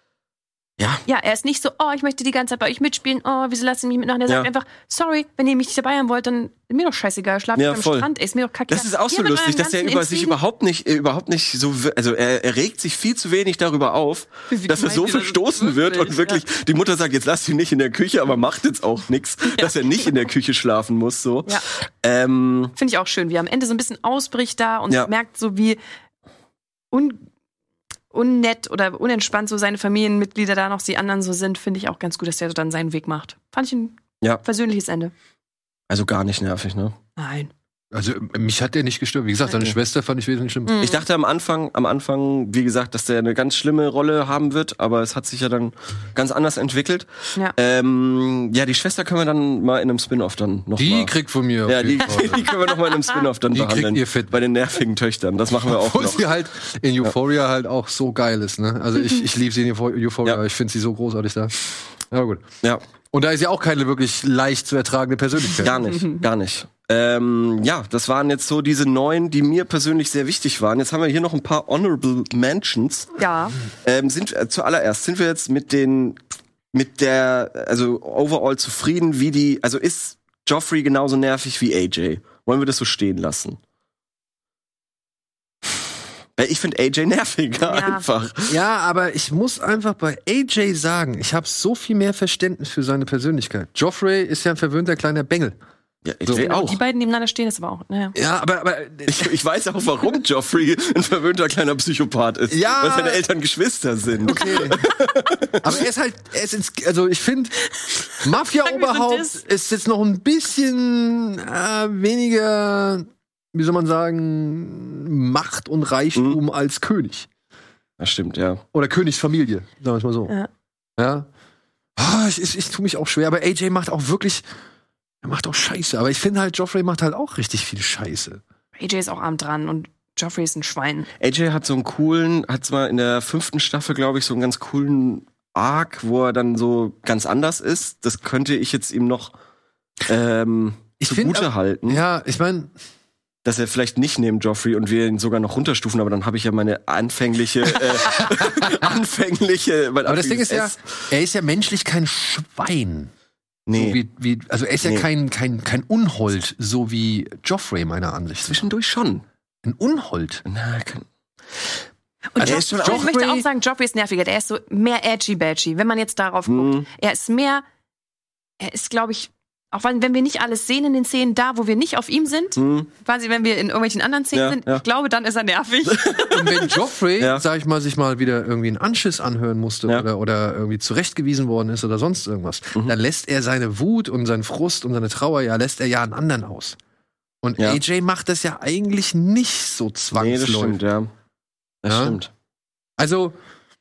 Speaker 1: ja,
Speaker 2: Ja, er ist nicht so, oh, ich möchte die ganze Zeit bei euch mitspielen, oh, wieso lasst ihr mich mitmachen? Er
Speaker 1: Ja.
Speaker 2: sagt einfach, sorry, wenn ihr mich nicht dabei haben wollt, dann ist mir doch scheißegal, schlaft
Speaker 1: Ja,
Speaker 2: am
Speaker 1: voll.
Speaker 2: Strand, ey, ist mir doch kacke.
Speaker 1: das ist auch so
Speaker 2: Hier mit
Speaker 1: lustig,
Speaker 2: eurem
Speaker 1: dass er
Speaker 2: ganzen
Speaker 1: über sich
Speaker 2: Intrigen.
Speaker 1: überhaupt nicht, äh, überhaupt nicht so, wir- also er, er regt sich viel zu wenig darüber auf,
Speaker 2: Wie
Speaker 1: dass er
Speaker 2: gemein,
Speaker 1: so
Speaker 2: wie das
Speaker 1: verstoßen wird
Speaker 2: wirklich,
Speaker 1: und wirklich, die Mutter sagt, jetzt lass ihn nicht in der Küche, aber macht jetzt auch nichts, dass er nicht in der Küche schlafen muss, so.
Speaker 2: Ja.
Speaker 1: Ähm,
Speaker 2: Finde ich auch schön, wie er am Ende so ein bisschen ausbricht da und
Speaker 1: Ja.
Speaker 2: merkt so, wie un unnett oder unentspannt so seine Familienmitglieder da noch die anderen so sind, finde ich auch ganz gut, dass der so dann seinen Weg macht. Fand ich ein
Speaker 1: Ja.
Speaker 2: persönliches Ende.
Speaker 1: Also gar nicht nervig, ne?
Speaker 2: Nein.
Speaker 3: Also mich hat der nicht gestört. Wie gesagt, seine
Speaker 1: Okay.
Speaker 3: Schwester fand ich wesentlich schlimm.
Speaker 2: Mhm.
Speaker 1: Ich dachte am Anfang, am Anfang, wie gesagt, dass der eine ganz schlimme Rolle haben wird, aber es hat sich ja dann ganz anders entwickelt.
Speaker 2: Ja.
Speaker 1: Ähm, ja, die Schwester können wir dann mal in einem Spin-off dann noch
Speaker 3: Die
Speaker 1: mal.
Speaker 3: kriegt von mir.
Speaker 1: Ja,
Speaker 3: auf
Speaker 1: die,
Speaker 3: jeden Fall.
Speaker 1: die können wir noch mal in einem Spin-off dann
Speaker 3: Die kriegt
Speaker 1: behandeln.
Speaker 3: ihr Fett.
Speaker 1: Bei den nervigen Töchtern. Das machen wir auch
Speaker 3: Obwohl
Speaker 1: noch.
Speaker 3: sie halt in Euphoria halt auch so geil ist, ne? Also ich, ich liebe sie in Euphoria,
Speaker 1: Ja.
Speaker 3: aber ich finde sie so großartig da. Ja, gut.
Speaker 1: Ja,
Speaker 3: Und da ist ja auch keine wirklich leicht zu ertragende Persönlichkeit.
Speaker 1: gar nicht, gar nicht. Ähm, ja, das waren jetzt so diese neun, die mir persönlich sehr wichtig waren. Jetzt haben wir hier noch ein paar Honorable Mentions.
Speaker 2: Ja.
Speaker 1: Ähm, sind äh, zuallererst sind wir jetzt mit den mit der also overall zufrieden, wie die also ist Joffrey genauso nervig wie A J? Wollen wir das so stehen lassen? Weil ich finde A J nerviger
Speaker 2: Ja.
Speaker 1: einfach.
Speaker 3: Ja, aber ich muss einfach bei A J sagen, ich habe so viel mehr Verständnis für seine Persönlichkeit. Joffrey ist ja ein verwöhnter kleiner Bengel.
Speaker 1: Ja, A J
Speaker 3: So.
Speaker 1: auch.
Speaker 2: Die beiden nebeneinander stehen, ist aber auch, naja.
Speaker 3: Ja, aber, aber
Speaker 1: Ich, ich weiß auch, warum Joffrey ein verwöhnter kleiner Psychopath ist.
Speaker 3: Ja.
Speaker 1: Weil seine Eltern Geschwister sind.
Speaker 3: okay. Aber er ist halt, er ist ins, also ich finde, Mafia-Oberhaupt
Speaker 2: das.
Speaker 3: ist jetzt noch ein bisschen äh, weniger, wie soll man sagen, Macht und Reichtum als König.
Speaker 1: Das stimmt, ja.
Speaker 3: Oder Königsfamilie, sagen wir es mal so.
Speaker 2: Ja.
Speaker 3: Ja. Ah, ich, ich, ich tue mich auch schwer, aber A J macht auch wirklich, er macht auch Scheiße. Aber ich finde halt, Joffrey macht halt auch richtig viel Scheiße.
Speaker 2: A J ist auch arm dran und Joffrey ist ein Schwein.
Speaker 1: A J hat so einen coolen, hat's mal in der fünften Staffel, glaube ich, so einen ganz coolen Arc, wo er dann so ganz anders ist. Das könnte ich jetzt ihm noch ähm,
Speaker 3: Ich find,
Speaker 1: zugute halten,
Speaker 3: Ja, ich meine,
Speaker 1: dass er vielleicht nicht neben Joffrey und wir ihn sogar noch runterstufen, aber dann habe ich ja meine anfängliche, äh, anfängliche. Mein
Speaker 3: aber das Ding ist ja,
Speaker 1: S.
Speaker 3: er ist ja menschlich kein Schwein.
Speaker 1: nee,
Speaker 3: So wie, wie, also er ist ja
Speaker 1: Nee.
Speaker 3: kein, kein, kein Unhold, so wie Joffrey meiner Ansicht nach.
Speaker 1: zwischendurch schon.
Speaker 3: Ein Unhold.
Speaker 1: Na, kann,
Speaker 2: Und
Speaker 1: Also er
Speaker 2: Jo-
Speaker 1: ist schon
Speaker 2: ich
Speaker 1: auch-
Speaker 2: möchte auch
Speaker 3: Joffrey-
Speaker 2: sagen, Joffrey ist nerviger. Der ist so mehr edgy-badgy, wenn man jetzt darauf
Speaker 1: Mhm.
Speaker 2: guckt. Er ist mehr, er ist, glaube ich, auch wenn, wenn wir nicht alles sehen in den Szenen da, wo wir nicht auf ihm sind,
Speaker 1: hm,
Speaker 2: quasi wenn wir in irgendwelchen anderen Szenen
Speaker 1: Ja,
Speaker 2: sind,
Speaker 1: ja.
Speaker 2: ich glaube, dann ist er nervig.
Speaker 3: Und wenn Joffrey,
Speaker 1: Ja.
Speaker 3: sag ich mal, sich mal wieder irgendwie einen Anschiss anhören musste
Speaker 1: Ja.
Speaker 3: oder, oder irgendwie zurechtgewiesen worden ist oder sonst irgendwas,
Speaker 1: Mhm.
Speaker 3: dann lässt er seine Wut und seinen Frust und seine Trauer, ja, lässt er ja an anderen aus. Und
Speaker 1: Ja.
Speaker 3: A J macht das ja eigentlich nicht so
Speaker 1: nee, das
Speaker 3: zwangsläufig.
Speaker 1: stimmt, ja. Das
Speaker 3: Ja.
Speaker 1: stimmt.
Speaker 3: Also,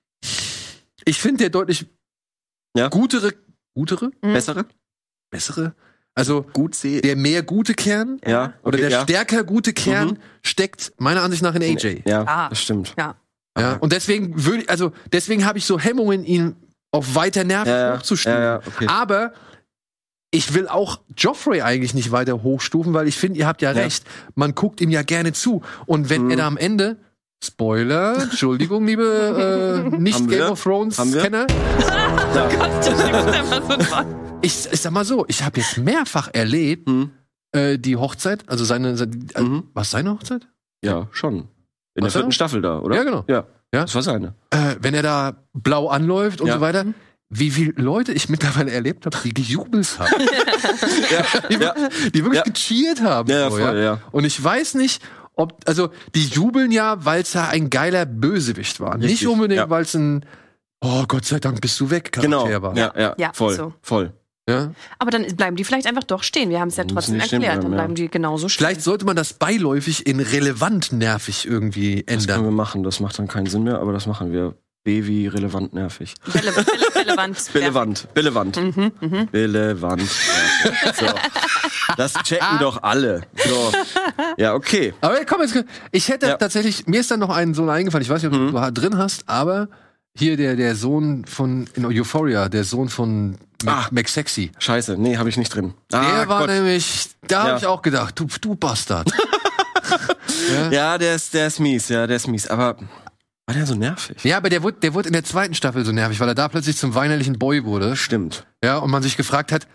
Speaker 3: ich finde der deutlich
Speaker 1: Ja.
Speaker 3: gutere, gutere,
Speaker 2: Mhm.
Speaker 1: Bessere?
Speaker 3: bessere, also
Speaker 1: Gut sehen.
Speaker 3: der mehr gute Kern
Speaker 1: Ja,
Speaker 3: oder
Speaker 1: okay,
Speaker 3: der
Speaker 1: ja.
Speaker 3: stärker gute Kern
Speaker 1: Mhm.
Speaker 3: steckt meiner Ansicht nach in A J.
Speaker 1: Ja,
Speaker 2: Ah.
Speaker 1: das stimmt.
Speaker 2: Ja.
Speaker 3: Ja, und deswegen würde ich, also deswegen habe ich so Hemmungen, ihn auf weiter nervig
Speaker 1: Ja, ja,
Speaker 3: hochzustufen.
Speaker 1: ja, ja, okay.
Speaker 3: Aber ich will auch Joffrey eigentlich nicht weiter hochstufen, weil ich finde, ihr habt ja,
Speaker 1: Ja.
Speaker 3: recht. Man guckt ihm ja gerne zu. Und wenn
Speaker 1: Mhm.
Speaker 3: er da am Ende, Spoiler, Entschuldigung, liebe äh, nicht
Speaker 1: Haben
Speaker 3: Game
Speaker 1: wir?
Speaker 3: of Thrones
Speaker 1: Haben wir?
Speaker 3: Kenner,
Speaker 1: Ja.
Speaker 3: ich, ich sag mal so, ich habe jetzt mehrfach erlebt,
Speaker 1: Hm.
Speaker 3: äh, die Hochzeit, also seine, seine äh,
Speaker 1: Mhm.
Speaker 3: was seine Hochzeit?
Speaker 1: Ja, schon. In der
Speaker 3: Was, ja?
Speaker 1: vierten Staffel da, oder?
Speaker 3: Ja, genau.
Speaker 1: Ja.
Speaker 3: Ja.
Speaker 1: Das war seine.
Speaker 3: Äh, wenn er da blau anläuft und
Speaker 1: Ja.
Speaker 3: so weiter. Wie viele Leute ich mittlerweile erlebt habe, die gejubelt haben. die,
Speaker 1: Ja.
Speaker 3: die wirklich
Speaker 1: Ja.
Speaker 3: gecheert haben.
Speaker 1: Ja, ja,
Speaker 3: so,
Speaker 1: voll, ja.
Speaker 3: Und ich weiß nicht, ob, also die jubeln ja, weil es ja ein geiler Bösewicht war.
Speaker 1: Richtig,
Speaker 3: Nicht unbedingt,
Speaker 1: ja.
Speaker 3: weil es ein Oh Gott sei Dank bist du weg
Speaker 1: Genau.
Speaker 3: Charakter war.
Speaker 1: Ja, ja,
Speaker 2: Ja,
Speaker 1: voll,
Speaker 2: so.
Speaker 1: voll.
Speaker 3: Ja?
Speaker 2: Aber dann bleiben die vielleicht einfach doch stehen. Wir haben es ja
Speaker 1: Müssen
Speaker 2: trotzdem
Speaker 1: die stehen
Speaker 2: erklärt. Dann
Speaker 1: bleiben,
Speaker 2: bleiben die genauso stehen.
Speaker 3: Vielleicht sollte man das beiläufig in relevant nervig irgendwie
Speaker 1: Das können
Speaker 3: ändern.
Speaker 1: wir machen. Das macht dann keinen Sinn mehr, aber das machen wir. B wie relevant nervig.
Speaker 2: Rele rele relevant.
Speaker 1: Relevant, relevant.
Speaker 2: Mhm, mhm.
Speaker 1: Relevant. nervig. So. Das checken doch alle. So. Ja, okay.
Speaker 3: Aber komm, jetzt, ich hätte
Speaker 1: Ja.
Speaker 3: tatsächlich, mir ist dann noch ein Sohn eingefallen, ich weiß nicht, ob
Speaker 1: Mhm.
Speaker 3: du drin hast, aber hier der, der Sohn von in Euphoria, der Sohn von
Speaker 1: Ah.
Speaker 3: Mac, Sexy.
Speaker 1: Scheiße, nee, habe ich nicht drin.
Speaker 3: Der
Speaker 1: Ah,
Speaker 3: war
Speaker 1: Gott.
Speaker 3: nämlich, da
Speaker 1: Ja.
Speaker 3: habe ich auch gedacht, du, du Bastard. ja.
Speaker 1: Ja, der ist, der ist mies, ja, der ist mies. Aber war der so nervig?
Speaker 3: ja, aber der wurde, der wurde in der zweiten Staffel so nervig, weil er da plötzlich zum weinerlichen Boy wurde.
Speaker 1: Stimmt.
Speaker 3: Ja, und man sich gefragt hat,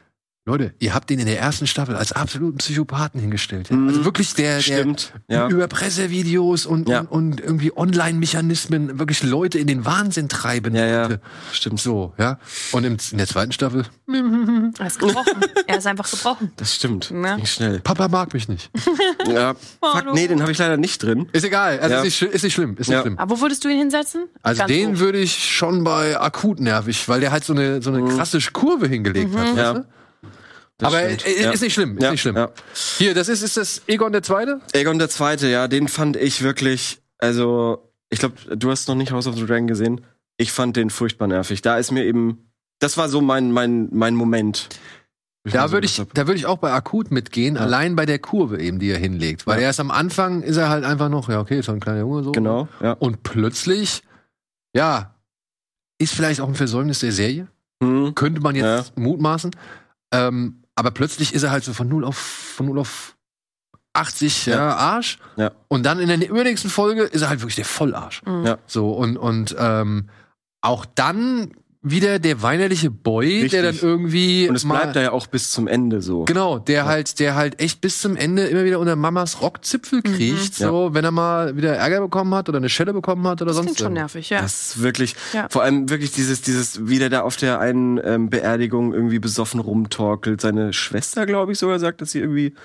Speaker 3: Leute, ihr habt ihn in der ersten Staffel als absoluten Psychopathen hingestellt. Ja? Also wirklich der, der
Speaker 1: Stimmt, ja.
Speaker 3: über Pressevideos und,
Speaker 1: Ja.
Speaker 3: und, und irgendwie Online-Mechanismen wirklich Leute in den Wahnsinn treiben
Speaker 1: Ja, ja.
Speaker 3: wollte.
Speaker 1: Stimmt.
Speaker 3: So, ja. Und im, in der zweiten Staffel,
Speaker 2: Er ist gebrochen. Er ist einfach gebrochen.
Speaker 1: Das stimmt.
Speaker 2: Ja.
Speaker 1: Ging schnell.
Speaker 3: Papa mag mich nicht.
Speaker 1: Ja. Fuck, nee, den habe ich leider nicht drin.
Speaker 3: Ist egal, also
Speaker 1: Ja.
Speaker 3: ist, nicht, schli- ist nicht schlimm, ist nicht
Speaker 1: Ja.
Speaker 3: schlimm.
Speaker 2: Aber wo würdest du ihn hinsetzen?
Speaker 3: Also
Speaker 2: Ganz
Speaker 3: den
Speaker 2: hoch.
Speaker 3: würde ich schon bei akut nervig, weil der halt so eine, so eine krasse Kurve hingelegt hat.
Speaker 1: Ja.
Speaker 3: Weißt du?
Speaker 1: Das
Speaker 3: Aber
Speaker 1: stimmt.
Speaker 3: äh,
Speaker 1: Ja.
Speaker 3: ist nicht schlimm, ist
Speaker 1: Ja,
Speaker 3: nicht schlimm.
Speaker 1: ja.
Speaker 3: Hier, das ist, ist das Egon der Zweite?
Speaker 1: Aegon der Zweite, ja, den fand ich wirklich, also, ich glaube, du hast noch nicht House of the Dragon gesehen. Ich fand den furchtbar nervig. Da ist mir eben, das war so mein, mein, mein Moment.
Speaker 3: Da würde ich, da würde ich auch bei akut mitgehen, allein bei der Kurve eben, die er hinlegt. Weil
Speaker 1: Ja.
Speaker 3: erst am Anfang ist er halt einfach noch, ja, okay, ist doch ein kleiner Junge so.
Speaker 1: Genau, ja.
Speaker 3: Und plötzlich, ja, ist vielleicht auch ein Versäumnis der Serie.
Speaker 1: Hm.
Speaker 3: Könnte man jetzt mutmaßen. Ähm, aber plötzlich ist er halt so von null auf, von null auf achtzig, ja,
Speaker 1: Ja.
Speaker 3: Arsch.
Speaker 1: Ja.
Speaker 3: Und dann in der übernächsten Folge ist er halt wirklich der Vollarsch.
Speaker 2: Mhm.
Speaker 1: Ja.
Speaker 3: So, und, und ähm, auch dann wieder der weinerliche Boy,
Speaker 1: Richtig.
Speaker 3: der dann irgendwie.
Speaker 1: Und es
Speaker 3: mal,
Speaker 1: bleibt da ja auch bis zum Ende so.
Speaker 3: Genau, der halt, der halt echt bis zum Ende immer wieder unter Mamas Rockzipfel kriegt,
Speaker 1: Ja.
Speaker 3: so, wenn er mal wieder Ärger bekommen hat oder eine Schelle bekommen hat oder
Speaker 2: Das
Speaker 3: sonst
Speaker 2: klingt schon
Speaker 3: irgendwas.
Speaker 2: nervig, ja.
Speaker 1: Das ist wirklich,
Speaker 2: Ja.
Speaker 1: vor allem wirklich dieses, dieses, wie der da auf der einen ähm, Beerdigung irgendwie besoffen rumtorkelt. Seine Schwester, glaube ich, sogar sagt, dass sie irgendwie,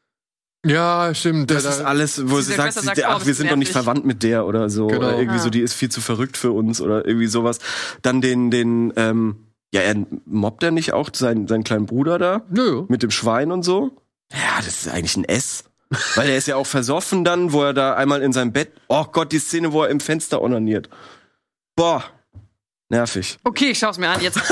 Speaker 3: Ja, stimmt.
Speaker 1: das
Speaker 3: der
Speaker 1: ist
Speaker 3: da-
Speaker 1: alles, wo
Speaker 2: Sie
Speaker 1: sie
Speaker 2: der
Speaker 1: sagt,
Speaker 2: Schwester
Speaker 1: sie,
Speaker 2: sagt, oh,
Speaker 1: ach,
Speaker 2: bist
Speaker 1: wir
Speaker 2: du
Speaker 1: sind doch nicht
Speaker 2: nervig.
Speaker 1: verwandt mit der oder so.
Speaker 3: Genau.
Speaker 1: Oder irgendwie
Speaker 2: Ah.
Speaker 1: so, die ist viel zu verrückt für uns oder irgendwie sowas. Dann den, den, ähm, ja, er mobbt er nicht auch seinen, seinen kleinen Bruder da
Speaker 3: Nö.
Speaker 1: mit dem Schwein und so? Ja, das ist eigentlich ein S. Weil er ist ja auch versoffen dann, wo er da einmal in seinem Bett, oh Gott, die Szene, wo er im Fenster onaniert. Boah, nervig.
Speaker 2: Okay, ich schau's mir an, jetzt.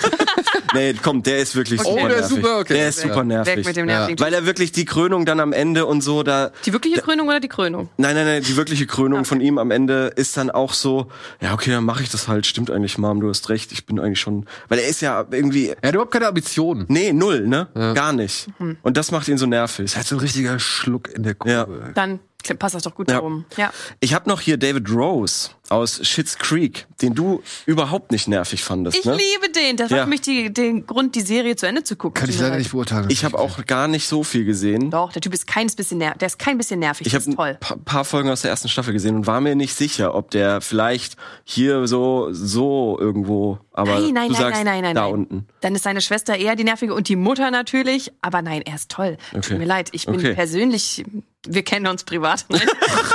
Speaker 1: Nee, komm, der ist wirklich
Speaker 2: Okay.
Speaker 1: super
Speaker 3: Oh, der ist
Speaker 1: nervig.
Speaker 3: super, okay.
Speaker 1: Der ist
Speaker 3: Weg.
Speaker 1: super nervig.
Speaker 2: Weg mit dem
Speaker 3: Ja.
Speaker 2: nervigen.
Speaker 1: Weil er wirklich die Krönung dann am Ende und so, da,
Speaker 2: Die wirkliche Krönung oder die Krönung?
Speaker 1: nein, nein, nein, die wirkliche Krönung
Speaker 2: Okay.
Speaker 1: von ihm am Ende ist dann auch so, ja, okay, dann mache ich das halt, stimmt eigentlich, Mom, du hast recht, ich bin eigentlich schon, weil er ist ja irgendwie,
Speaker 3: Er hat überhaupt keine Ambitionen.
Speaker 1: nee, null, ne?
Speaker 3: Ja.
Speaker 1: Gar nicht.
Speaker 2: Mhm.
Speaker 1: Und das macht ihn so nervig.
Speaker 3: Er hat so ein richtiger Schluck in der Kurve.
Speaker 2: Dann passt das doch gut
Speaker 1: Ja.
Speaker 2: da oben. Ja.
Speaker 1: Ich habe noch hier David Rose aus Schitt's Creek, den du überhaupt nicht nervig fandest,
Speaker 2: Ich
Speaker 1: ne?
Speaker 2: liebe den. Das war
Speaker 1: Ja.
Speaker 2: für mich die, den Grund, die Serie zu Ende zu gucken.
Speaker 3: Kann ich leider nicht beurteilen.
Speaker 1: Ich habe auch gar nicht so viel gesehen.
Speaker 2: Doch, der Typ ist kein bisschen nervig. Der ist kein bisschen nervig.
Speaker 1: Ich
Speaker 2: Das
Speaker 1: habe
Speaker 2: ist toll.
Speaker 1: ein pa- paar Folgen aus der ersten Staffel gesehen und war mir nicht sicher, ob der vielleicht hier so so irgendwo, aber
Speaker 2: Nein, nein,
Speaker 1: du
Speaker 2: nein,
Speaker 1: sagst
Speaker 2: nein, nein, nein,
Speaker 1: da
Speaker 2: nein.
Speaker 1: unten.
Speaker 2: Dann ist seine Schwester eher die nervige und die Mutter natürlich. Aber nein, er ist toll.
Speaker 1: Okay.
Speaker 2: Tut mir leid. Ich bin
Speaker 1: Okay.
Speaker 2: persönlich, wir kennen uns privat. Nein.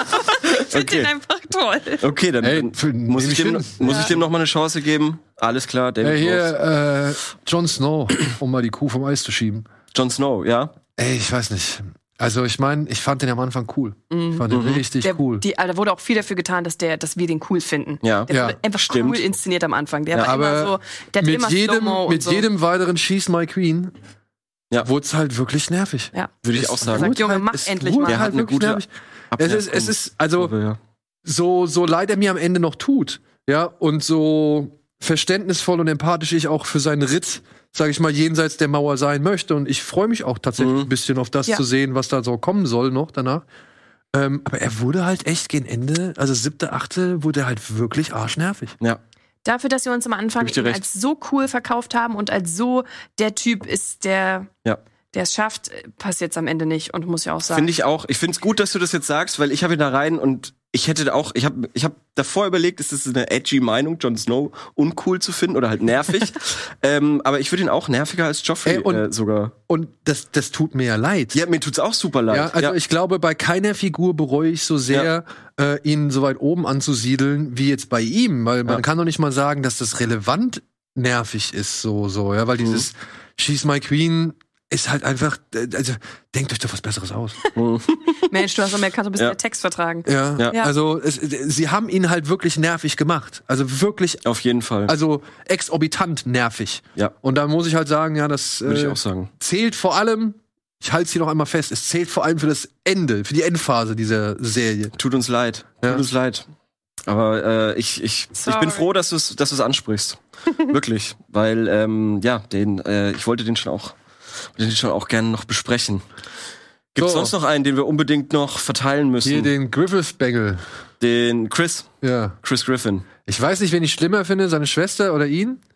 Speaker 2: Ich finde
Speaker 1: Okay.
Speaker 2: den einfach toll.
Speaker 1: Okay, dann
Speaker 3: Ey,
Speaker 1: dann
Speaker 3: für-
Speaker 1: muss
Speaker 3: nehm
Speaker 1: ich
Speaker 3: ich
Speaker 1: dem
Speaker 3: hin.
Speaker 1: muss
Speaker 2: Ja.
Speaker 1: ich dem noch mal eine Chance geben. Alles klar, David
Speaker 3: Ey,
Speaker 1: Rose.
Speaker 3: hier, äh, Jon Snow, um mal die Kuh vom Eis zu schieben.
Speaker 1: Jon Snow, ja?
Speaker 3: Ey, ich weiß nicht. Also ich meine, ich fand den am Anfang cool. Ich fand den richtig
Speaker 2: Der,
Speaker 3: cool.
Speaker 2: die, da wurde auch viel dafür getan, dass, der, dass wir den cool finden.
Speaker 1: Ja.
Speaker 2: Der
Speaker 3: Ja,
Speaker 2: wurde einfach
Speaker 1: stimmt.
Speaker 2: cool inszeniert am Anfang. Der
Speaker 1: Ja,
Speaker 2: war immer
Speaker 3: aber
Speaker 2: so, der hatte
Speaker 3: mit
Speaker 2: immer
Speaker 3: jedem,
Speaker 2: Slow-Mo und
Speaker 3: mit
Speaker 2: so.
Speaker 3: jedem weiteren She's My Queen
Speaker 1: Ja.
Speaker 3: wurde es halt wirklich nervig.
Speaker 2: Ja.
Speaker 1: Würde ich
Speaker 3: Es
Speaker 1: auch sagen.
Speaker 2: Sagt, Junge,
Speaker 3: halt-
Speaker 2: mach
Speaker 3: es
Speaker 2: endlich
Speaker 3: wurde
Speaker 2: mal.
Speaker 1: Der hat
Speaker 3: halt
Speaker 1: eine
Speaker 3: wirklich
Speaker 1: gute
Speaker 3: nervig. Es ist, es ist, also,
Speaker 1: ja.
Speaker 3: so, so leid er mir am Ende noch tut, ja, und so verständnisvoll und empathisch ich auch für seinen Ritt, sage ich mal, jenseits der Mauer sein möchte. Und ich freue mich auch tatsächlich
Speaker 1: Mhm.
Speaker 3: ein bisschen auf das
Speaker 2: Ja.
Speaker 3: zu sehen, was da so kommen soll noch danach. Ähm, aber er wurde halt echt gegen Ende, also siebte, achte, wurde er halt wirklich arschnervig.
Speaker 1: Ja.
Speaker 2: Dafür, dass wir uns am Anfang
Speaker 1: Geb ich dir
Speaker 2: ihn
Speaker 1: recht.
Speaker 2: als so cool verkauft haben und als so der Typ ist, der
Speaker 1: Ja.
Speaker 2: der es schafft, passiert es am Ende nicht. Und muss ja auch sagen.
Speaker 1: Finde ich auch. Ich finde es gut, dass du das jetzt sagst, weil ich habe da rein und ich hätte auch, ich habe ich hab davor überlegt, ist das eine edgy Meinung, Jon Snow uncool zu finden oder halt nervig. ähm, aber ich würde ihn auch nerviger als Joffrey
Speaker 3: Ey, und-
Speaker 1: äh, sogar.
Speaker 3: Und das, das tut mir ja leid.
Speaker 1: Ja, mir tut's auch super leid.
Speaker 3: Ja, also ich glaube, bei keiner Figur bereue ich so sehr, äh, ihn so weit oben anzusiedeln, wie jetzt bei ihm. Weil man
Speaker 1: Ja.
Speaker 3: kann doch nicht mal sagen, dass das relevant nervig ist, so, so, ja, weil dieses She's My Queen ist halt einfach, äh, also, denkt euch doch was Besseres aus.
Speaker 2: Mensch, du hast doch mehr, kannst du ein bisschen
Speaker 1: Ja.
Speaker 2: den Text vertragen.
Speaker 3: Ja,
Speaker 1: Ja.
Speaker 2: Ja.
Speaker 3: also, es, sie haben ihn halt wirklich nervig gemacht. Also wirklich,
Speaker 1: Auf jeden Fall.
Speaker 3: also exorbitant nervig.
Speaker 1: Ja.
Speaker 3: Und da muss ich halt sagen, ja, das
Speaker 1: Würde ich
Speaker 3: äh,
Speaker 1: auch sagen.
Speaker 3: zählt vor allem, ich halte es hier noch einmal fest, es zählt vor allem für das Ende, für die Endphase dieser Serie.
Speaker 1: Tut uns leid.
Speaker 3: Ja.
Speaker 1: Tut uns leid. Aber äh, ich, ich, ich
Speaker 2: Sorry.
Speaker 1: bin froh, dass du es dass du's ansprichst. Wirklich. Weil, ähm, ja, den, äh, ich wollte den schon auch, den schon auch gerne noch besprechen. Gibt es
Speaker 3: So.
Speaker 1: sonst noch einen, den wir unbedingt noch verteilen müssen?
Speaker 3: Hier den Griffith-Bengel.
Speaker 1: Den Chris.
Speaker 3: Ja.
Speaker 1: Chris Griffin.
Speaker 3: Ich weiß nicht, wen ich schlimmer finde, seine Schwester oder ihn.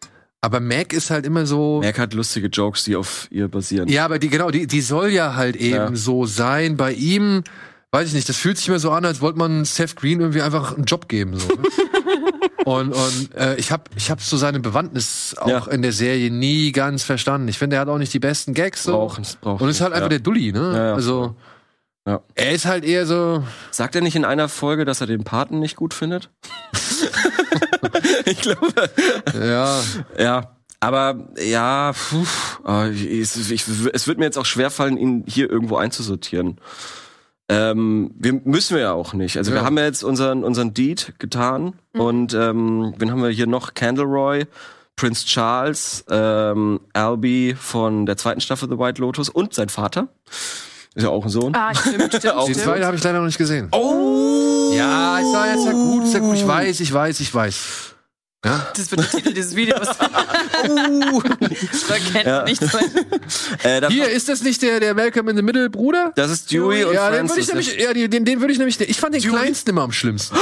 Speaker 3: Aber Meg ist halt immer so.
Speaker 1: Meg hat lustige Jokes, die auf ihr basieren.
Speaker 3: Ja, aber die, genau, die, die soll ja halt eben
Speaker 1: Ja.
Speaker 3: so sein. Bei ihm, weiß ich nicht, das fühlt sich immer so an, als wollte man Seth Green irgendwie einfach einen Job geben. So. und und äh, ich habe ich hab so seine Bewandtnis auch
Speaker 1: Ja.
Speaker 3: in der Serie nie ganz verstanden. Ich finde, er hat auch nicht die besten Gags. So.
Speaker 1: Braucht- braucht
Speaker 3: und ist halt
Speaker 1: nicht,
Speaker 3: einfach
Speaker 1: ja.
Speaker 3: der Dulli, ne?
Speaker 1: Ja, ja.
Speaker 3: Also,
Speaker 1: Ja.
Speaker 3: er ist halt eher so.
Speaker 1: Sagt er nicht in einer Folge, dass er den Paten nicht gut findet? Ich glaube.
Speaker 3: Ja.
Speaker 1: Ja. Aber ja, puh, äh, ich, ich, es wird mir jetzt auch schwerfallen, ihn hier irgendwo einzusortieren. Ähm, wir müssen wir ja auch nicht. Also
Speaker 3: Ja.
Speaker 1: wir haben ja jetzt unseren unseren Deed getan und ähm, wen haben wir hier noch? Candleroy, Prince Charles, ähm, Albie von der zweiten Staffel The White Lotus und sein Vater. Ist ja auch ein Sohn.
Speaker 2: Ah, stimmt, stimmt,
Speaker 1: Auch
Speaker 3: Den
Speaker 2: stimmt.
Speaker 3: zweiten habe ich leider noch nicht gesehen.
Speaker 1: Oh!
Speaker 3: Ja, ist ja jetzt ja gut, ist ja gut. Ich weiß, ich weiß, ich weiß. Ja?
Speaker 2: Das wird der Titel dieses Videos.
Speaker 1: Uh.
Speaker 2: Da kennt
Speaker 1: Ja.
Speaker 2: man nichts.
Speaker 1: Äh, da-
Speaker 3: Hier, ist das nicht der, der Malcolm in the Middle Bruder?
Speaker 1: das ist Dewey und
Speaker 3: ja, den
Speaker 1: Francis.
Speaker 3: würde ich nämlich, ja, die- den, den würde ich nämlich, ich fand den
Speaker 1: Dewey?
Speaker 3: kleinsten immer am schlimmsten.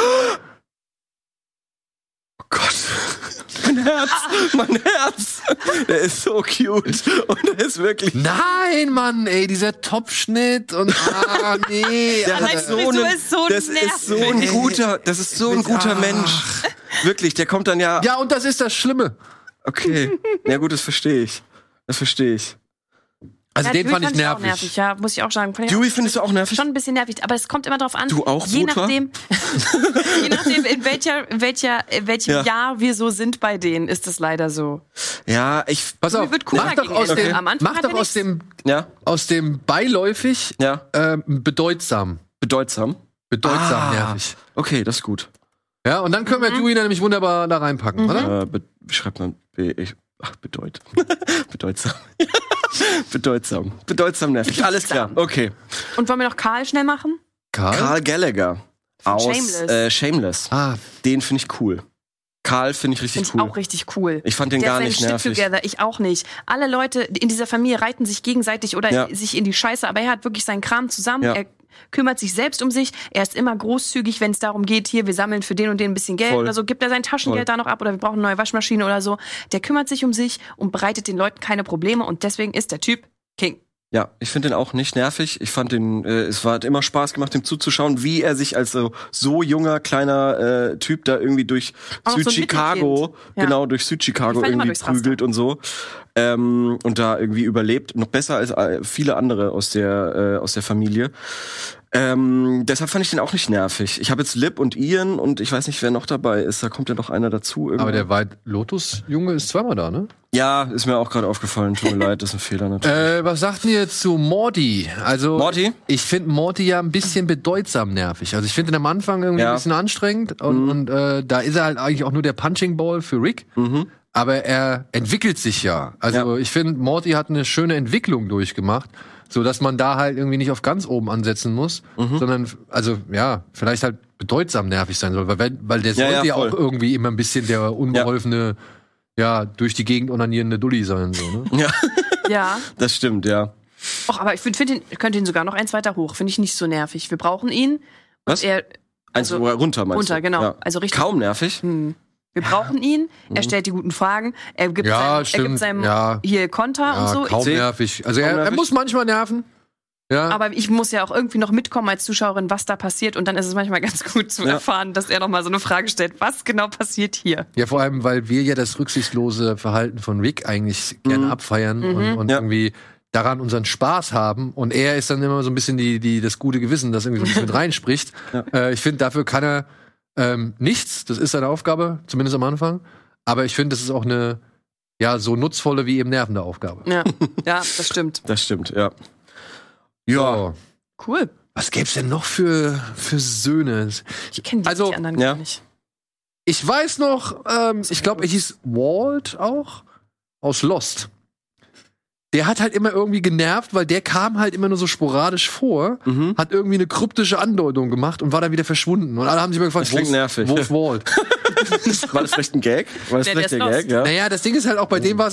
Speaker 1: Oh Gott. Mein Herz, mein Herz. Der ist so cute. Und der ist wirklich.
Speaker 3: Nein, Mann, ey, dieser Topfschnitt und ah, nee.
Speaker 1: Der
Speaker 3: Alter.
Speaker 1: hat so
Speaker 2: Frisur
Speaker 1: einen,
Speaker 2: ist so
Speaker 1: das ist so ein
Speaker 3: nervig.
Speaker 1: guter, das ist so ein guter
Speaker 3: Ach.
Speaker 1: Mensch. Wirklich, der kommt dann ja.
Speaker 3: Ja, und das ist das Schlimme.
Speaker 1: Okay. Ja gut, das verstehe ich. Das verstehe ich.
Speaker 3: Also
Speaker 2: Ja,
Speaker 3: den
Speaker 2: Dewey
Speaker 3: fand ich
Speaker 2: auch
Speaker 3: nervig.
Speaker 2: nervig. Ja, muss ich auch sagen. Fand ich
Speaker 1: Dewey
Speaker 2: auch
Speaker 1: findest du auch nervig?
Speaker 2: schon ein bisschen nervig, aber es kommt immer drauf an.
Speaker 1: Du auch,
Speaker 2: je
Speaker 1: Lothar?
Speaker 2: nachdem, je nachdem, in welcher, in welcher, in welchem
Speaker 1: Ja.
Speaker 2: Jahr wir so sind bei denen, ist es leider so.
Speaker 1: Ja, ich.
Speaker 3: Pass
Speaker 2: Mir
Speaker 3: auf,
Speaker 2: wird cooler
Speaker 3: mach doch
Speaker 2: gegen
Speaker 3: aus
Speaker 2: Ende.
Speaker 3: dem,
Speaker 2: Am Anfang
Speaker 3: mach
Speaker 2: hat
Speaker 3: doch
Speaker 2: er
Speaker 3: aus
Speaker 2: nichts.
Speaker 3: dem,
Speaker 1: Ja,
Speaker 3: aus dem beiläufig
Speaker 1: ja.
Speaker 3: ähm, bedeutsam.
Speaker 1: Bedeutsam.
Speaker 3: Bedeutsam
Speaker 1: Ah.
Speaker 3: nervig.
Speaker 1: Okay, das ist gut.
Speaker 3: Ja, und dann können wir Dewey dann nämlich wunderbar da reinpacken, oder?
Speaker 1: Äh, be wie schreibt man? Be ich, ach, bedeut. Bedeutsam. Bedeutsam. Bedeutsam nervig. Alles klar. Okay.
Speaker 2: Und wollen wir noch Karl schnell machen?
Speaker 3: Karl?
Speaker 1: Karl Gallagher aus
Speaker 2: Shameless.
Speaker 1: Äh, Shameless.
Speaker 3: Ah,
Speaker 1: Den finde ich cool. Karl finde ich richtig
Speaker 2: Finde ich
Speaker 1: cool.
Speaker 2: auch richtig cool.
Speaker 1: Ich fand den
Speaker 2: Der
Speaker 1: gar
Speaker 2: hat
Speaker 1: nicht
Speaker 2: seinen Shit
Speaker 1: nervig.
Speaker 2: together, ich auch nicht. Alle Leute in dieser Familie reiten sich gegenseitig oder
Speaker 1: Ja.
Speaker 2: sich in die Scheiße, aber er hat wirklich seinen Kram zusammen.
Speaker 1: Ja.
Speaker 2: Er kümmert sich selbst um sich. Er ist immer großzügig, wenn es darum geht, hier, wir sammeln für den und den ein bisschen Geld
Speaker 1: Voll.
Speaker 2: oder so. Gibt er sein Taschengeld
Speaker 1: Voll.
Speaker 2: da noch ab oder wir brauchen eine neue Waschmaschine oder so. Der kümmert sich um sich und bereitet den Leuten keine Probleme und deswegen ist der Typ King.
Speaker 1: Ja, ich finde den auch nicht nervig. Ich fand den, äh, es war, hat immer Spaß gemacht, ihm zuzuschauen, wie er sich als so, so junger, kleiner äh, Typ da irgendwie durch
Speaker 2: Auch so ein
Speaker 1: Südchicago,
Speaker 2: Mittelkind. Ja.
Speaker 1: genau, durch
Speaker 2: Die
Speaker 1: Südchicago
Speaker 2: fallen immer
Speaker 1: irgendwie
Speaker 2: durchs Raster.
Speaker 1: prügelt und so. Ähm, und da irgendwie überlebt. Noch besser als äh, viele andere aus der, äh, aus der Familie. Ähm, deshalb fand ich den auch nicht nervig. Ich habe jetzt Lip und Ian und ich weiß nicht, wer noch dabei ist. Da kommt ja noch einer dazu. Irgendwann.
Speaker 3: aber der White Lotus-Junge ist zweimal da, ne?
Speaker 1: Ja, ist mir auch gerade aufgefallen. Tut mir leid, das ist ein Fehler natürlich.
Speaker 3: Äh, was sagt ihr zu Morty? Also,
Speaker 1: Morty?
Speaker 3: ich finde Morty ja ein bisschen bedeutsam nervig. Also ich finde ihn am Anfang irgendwie
Speaker 1: Ja.
Speaker 3: ein bisschen anstrengend und,
Speaker 1: Mhm.
Speaker 3: und äh, da ist er halt eigentlich auch nur der Punching Ball für Rick.
Speaker 1: Mhm.
Speaker 3: Aber er entwickelt sich ja. Also
Speaker 1: Ja.
Speaker 3: ich finde, Morty hat eine schöne Entwicklung durchgemacht, so dass man da halt irgendwie nicht auf ganz oben ansetzen muss,
Speaker 1: Mhm.
Speaker 3: sondern also ja, vielleicht halt bedeutsam nervig sein soll, weil wenn- weil der
Speaker 1: Ja,
Speaker 3: sollte
Speaker 1: ja,
Speaker 3: ja,
Speaker 1: voll.
Speaker 3: auch irgendwie immer ein bisschen der unbeholfene, ja, durch die Gegend onanierende Dulli sein so, ne?
Speaker 1: Ja,
Speaker 2: Ja.
Speaker 1: das stimmt, ja.
Speaker 2: Och, aber ich finde, find ihn, könnte ihn sogar noch eins weiter hoch. Finde ich nicht so nervig. Wir brauchen ihn. Und
Speaker 1: Was?
Speaker 2: Er,
Speaker 1: Eins
Speaker 2: Also,
Speaker 1: runter meinst
Speaker 2: runter,
Speaker 1: du?
Speaker 2: genau.
Speaker 1: Ja.
Speaker 2: Also richtig-
Speaker 1: Kaum nervig.
Speaker 2: hm. Wir brauchen ihn. Er stellt die guten Fragen. Er gibt
Speaker 3: Ja,
Speaker 2: seinem, er
Speaker 3: stimmt.
Speaker 2: gibt seinem
Speaker 3: Ja.
Speaker 2: hier Konter
Speaker 3: Ja,
Speaker 2: und so.
Speaker 3: kaum
Speaker 1: seh-
Speaker 3: nervig. Also
Speaker 1: kaum
Speaker 3: er, er
Speaker 1: nervig.
Speaker 3: muss manchmal nerven. Ja.
Speaker 2: Aber ich muss ja auch irgendwie noch mitkommen als Zuschauerin, was da passiert. Und dann ist es manchmal ganz gut zu
Speaker 1: Ja.
Speaker 2: erfahren, dass er noch mal so eine Frage stellt. Was genau passiert hier?
Speaker 3: Ja, vor allem, weil wir ja das rücksichtslose Verhalten von Rick eigentlich gerne
Speaker 1: Mhm.
Speaker 3: abfeiern und, und
Speaker 1: Ja.
Speaker 3: irgendwie daran unseren Spaß haben. Und er ist dann immer so ein bisschen die, die, das gute Gewissen, das irgendwie so ein bisschen mit reinspricht.
Speaker 1: Ja.
Speaker 3: Äh, ich finde, dafür kann er ähm, nichts. Das ist seine Aufgabe, zumindest am Anfang. Aber ich finde, das ist auch eine ja so nutzvolle wie eben nervende Aufgabe.
Speaker 2: Ja, ja, das stimmt.
Speaker 1: Das stimmt, ja. Ja,
Speaker 3: So.
Speaker 2: Cool.
Speaker 3: Was gäb's denn noch für, für Söhne?
Speaker 2: Ich kenne die,
Speaker 3: Also,
Speaker 2: die anderen
Speaker 1: ja.
Speaker 2: gar nicht.
Speaker 3: Ich weiß noch, ähm, ich glaube, er hieß Walt auch aus Lost. Der hat halt immer irgendwie genervt, weil der kam halt immer nur so sporadisch vor,
Speaker 1: Mhm.
Speaker 3: hat irgendwie eine kryptische Andeutung gemacht und war dann wieder verschwunden. Und alle haben sich immer gefragt,
Speaker 1: Das klingt
Speaker 3: wo ist-
Speaker 1: nervig.
Speaker 3: wo ist Walt?
Speaker 1: War das vielleicht ein Gag? War das
Speaker 2: Der,
Speaker 1: vielleicht
Speaker 2: der
Speaker 1: der
Speaker 2: ist
Speaker 1: Gag, ja?
Speaker 3: Naja, das Ding ist halt auch, bei dem war es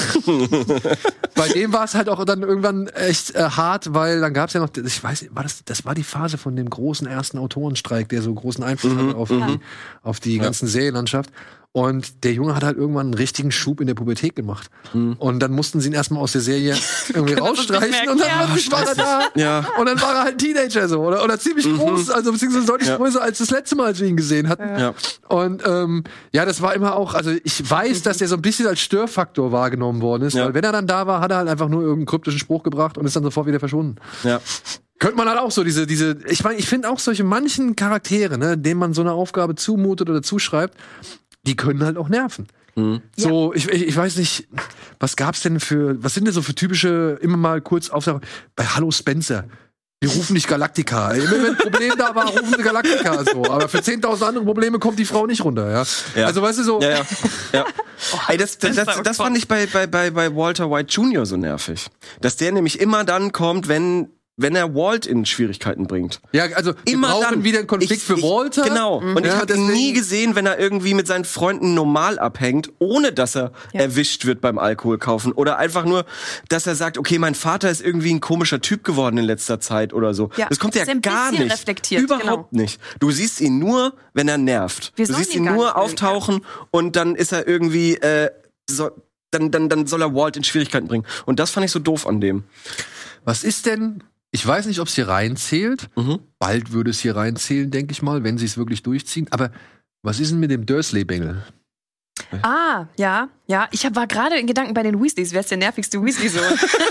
Speaker 3: bei dem war es halt auch dann irgendwann echt äh, hart, weil dann gab es ja noch, ich weiß, war das, das war die Phase von dem großen ersten Autorenstreik, der so großen Einfluss hatte auf die, auf die ganzen Serienlandschaft. Und der Junge hat halt irgendwann einen richtigen Schub in der Pubertät gemacht.
Speaker 1: Mhm.
Speaker 3: Und dann mussten sie ihn erstmal aus der Serie irgendwie rausstreichen und dann
Speaker 2: Ja.
Speaker 3: plötzlich war er da.
Speaker 1: Ja.
Speaker 3: Und dann war er halt ein Teenager so, oder, oder ziemlich
Speaker 1: Mhm.
Speaker 3: groß, also beziehungsweise deutlich
Speaker 1: Ja.
Speaker 3: größer als das letzte Mal, als wir ihn gesehen hatten.
Speaker 1: Ja.
Speaker 3: Und ähm, ja, das war immer auch, also ich weiß, dass der so ein bisschen als Störfaktor wahrgenommen worden ist,
Speaker 1: Ja.
Speaker 3: weil wenn er dann da war, hat er halt einfach nur irgendeinen kryptischen Spruch gebracht und ist dann sofort wieder verschwunden.
Speaker 1: Ja.
Speaker 3: Könnte man halt auch so diese, diese, ich meine, ich finde auch solche manchen Charaktere, ne, denen man so eine Aufgabe zumutet oder zuschreibt, die können halt auch nerven.
Speaker 1: Mhm.
Speaker 3: So, ich, ich, ich weiß nicht, was gab's denn für, was sind denn so für typische, immer mal kurz Aufsagen, bei Hallo Spencer. Wir rufen nicht Galactica. Immer wenn ein Problem da war, rufen sie Galactica so. Aber für zehntausend andere Probleme kommt die Frau nicht runter, ja.
Speaker 1: Ja.
Speaker 3: Also, weißt du, so.
Speaker 1: Ja, ja. ja. Ey, das, das,
Speaker 2: das
Speaker 1: das,
Speaker 2: war
Speaker 1: das fand ich bei, bei, bei, bei Walter White Junior so nervig. Dass der nämlich immer dann kommt, wenn, wenn er Walt in Schwierigkeiten bringt.
Speaker 3: Ja, also, wir
Speaker 1: Immer
Speaker 3: brauchen
Speaker 1: dann.
Speaker 3: wieder einen Konflikt
Speaker 1: Ich-
Speaker 3: für
Speaker 1: ich-
Speaker 3: Walter.
Speaker 1: Genau. Und ich
Speaker 3: Ja,
Speaker 1: habe ihn
Speaker 3: deswegen-
Speaker 1: nie gesehen, wenn er irgendwie mit seinen Freunden normal abhängt, ohne dass er
Speaker 2: Ja.
Speaker 1: erwischt wird beim Alkoholkaufen. Oder einfach nur, dass er sagt, okay, mein Vater ist irgendwie ein komischer Typ geworden in letzter Zeit oder so.
Speaker 2: Ja.
Speaker 1: Das kommt ja
Speaker 2: Ist ein
Speaker 1: gar
Speaker 2: bisschen
Speaker 1: nicht.
Speaker 2: reflektiert,
Speaker 1: Überhaupt nicht. Du siehst ihn nur, wenn er nervt.
Speaker 2: Wir
Speaker 1: du
Speaker 2: sollen
Speaker 1: siehst
Speaker 2: ihn
Speaker 1: ihn
Speaker 2: gar
Speaker 1: nur
Speaker 2: nicht mögen,
Speaker 1: auftauchen und dann ist er irgendwie, äh, so, dann, dann, dann soll er Walt in Schwierigkeiten bringen. Und das fand ich so doof an dem.
Speaker 3: Was ist denn, ich weiß nicht, ob es hier reinzählt.
Speaker 1: Mhm.
Speaker 3: Bald würde es hier reinzählen, denke ich mal, wenn sie es wirklich durchziehen. Aber was ist denn mit dem Dursley-Bengel?
Speaker 2: Ah, ja, ja. Ich hab, war gerade in Gedanken bei den Weasleys. Wer ist der nervigste Weasley-Sohn?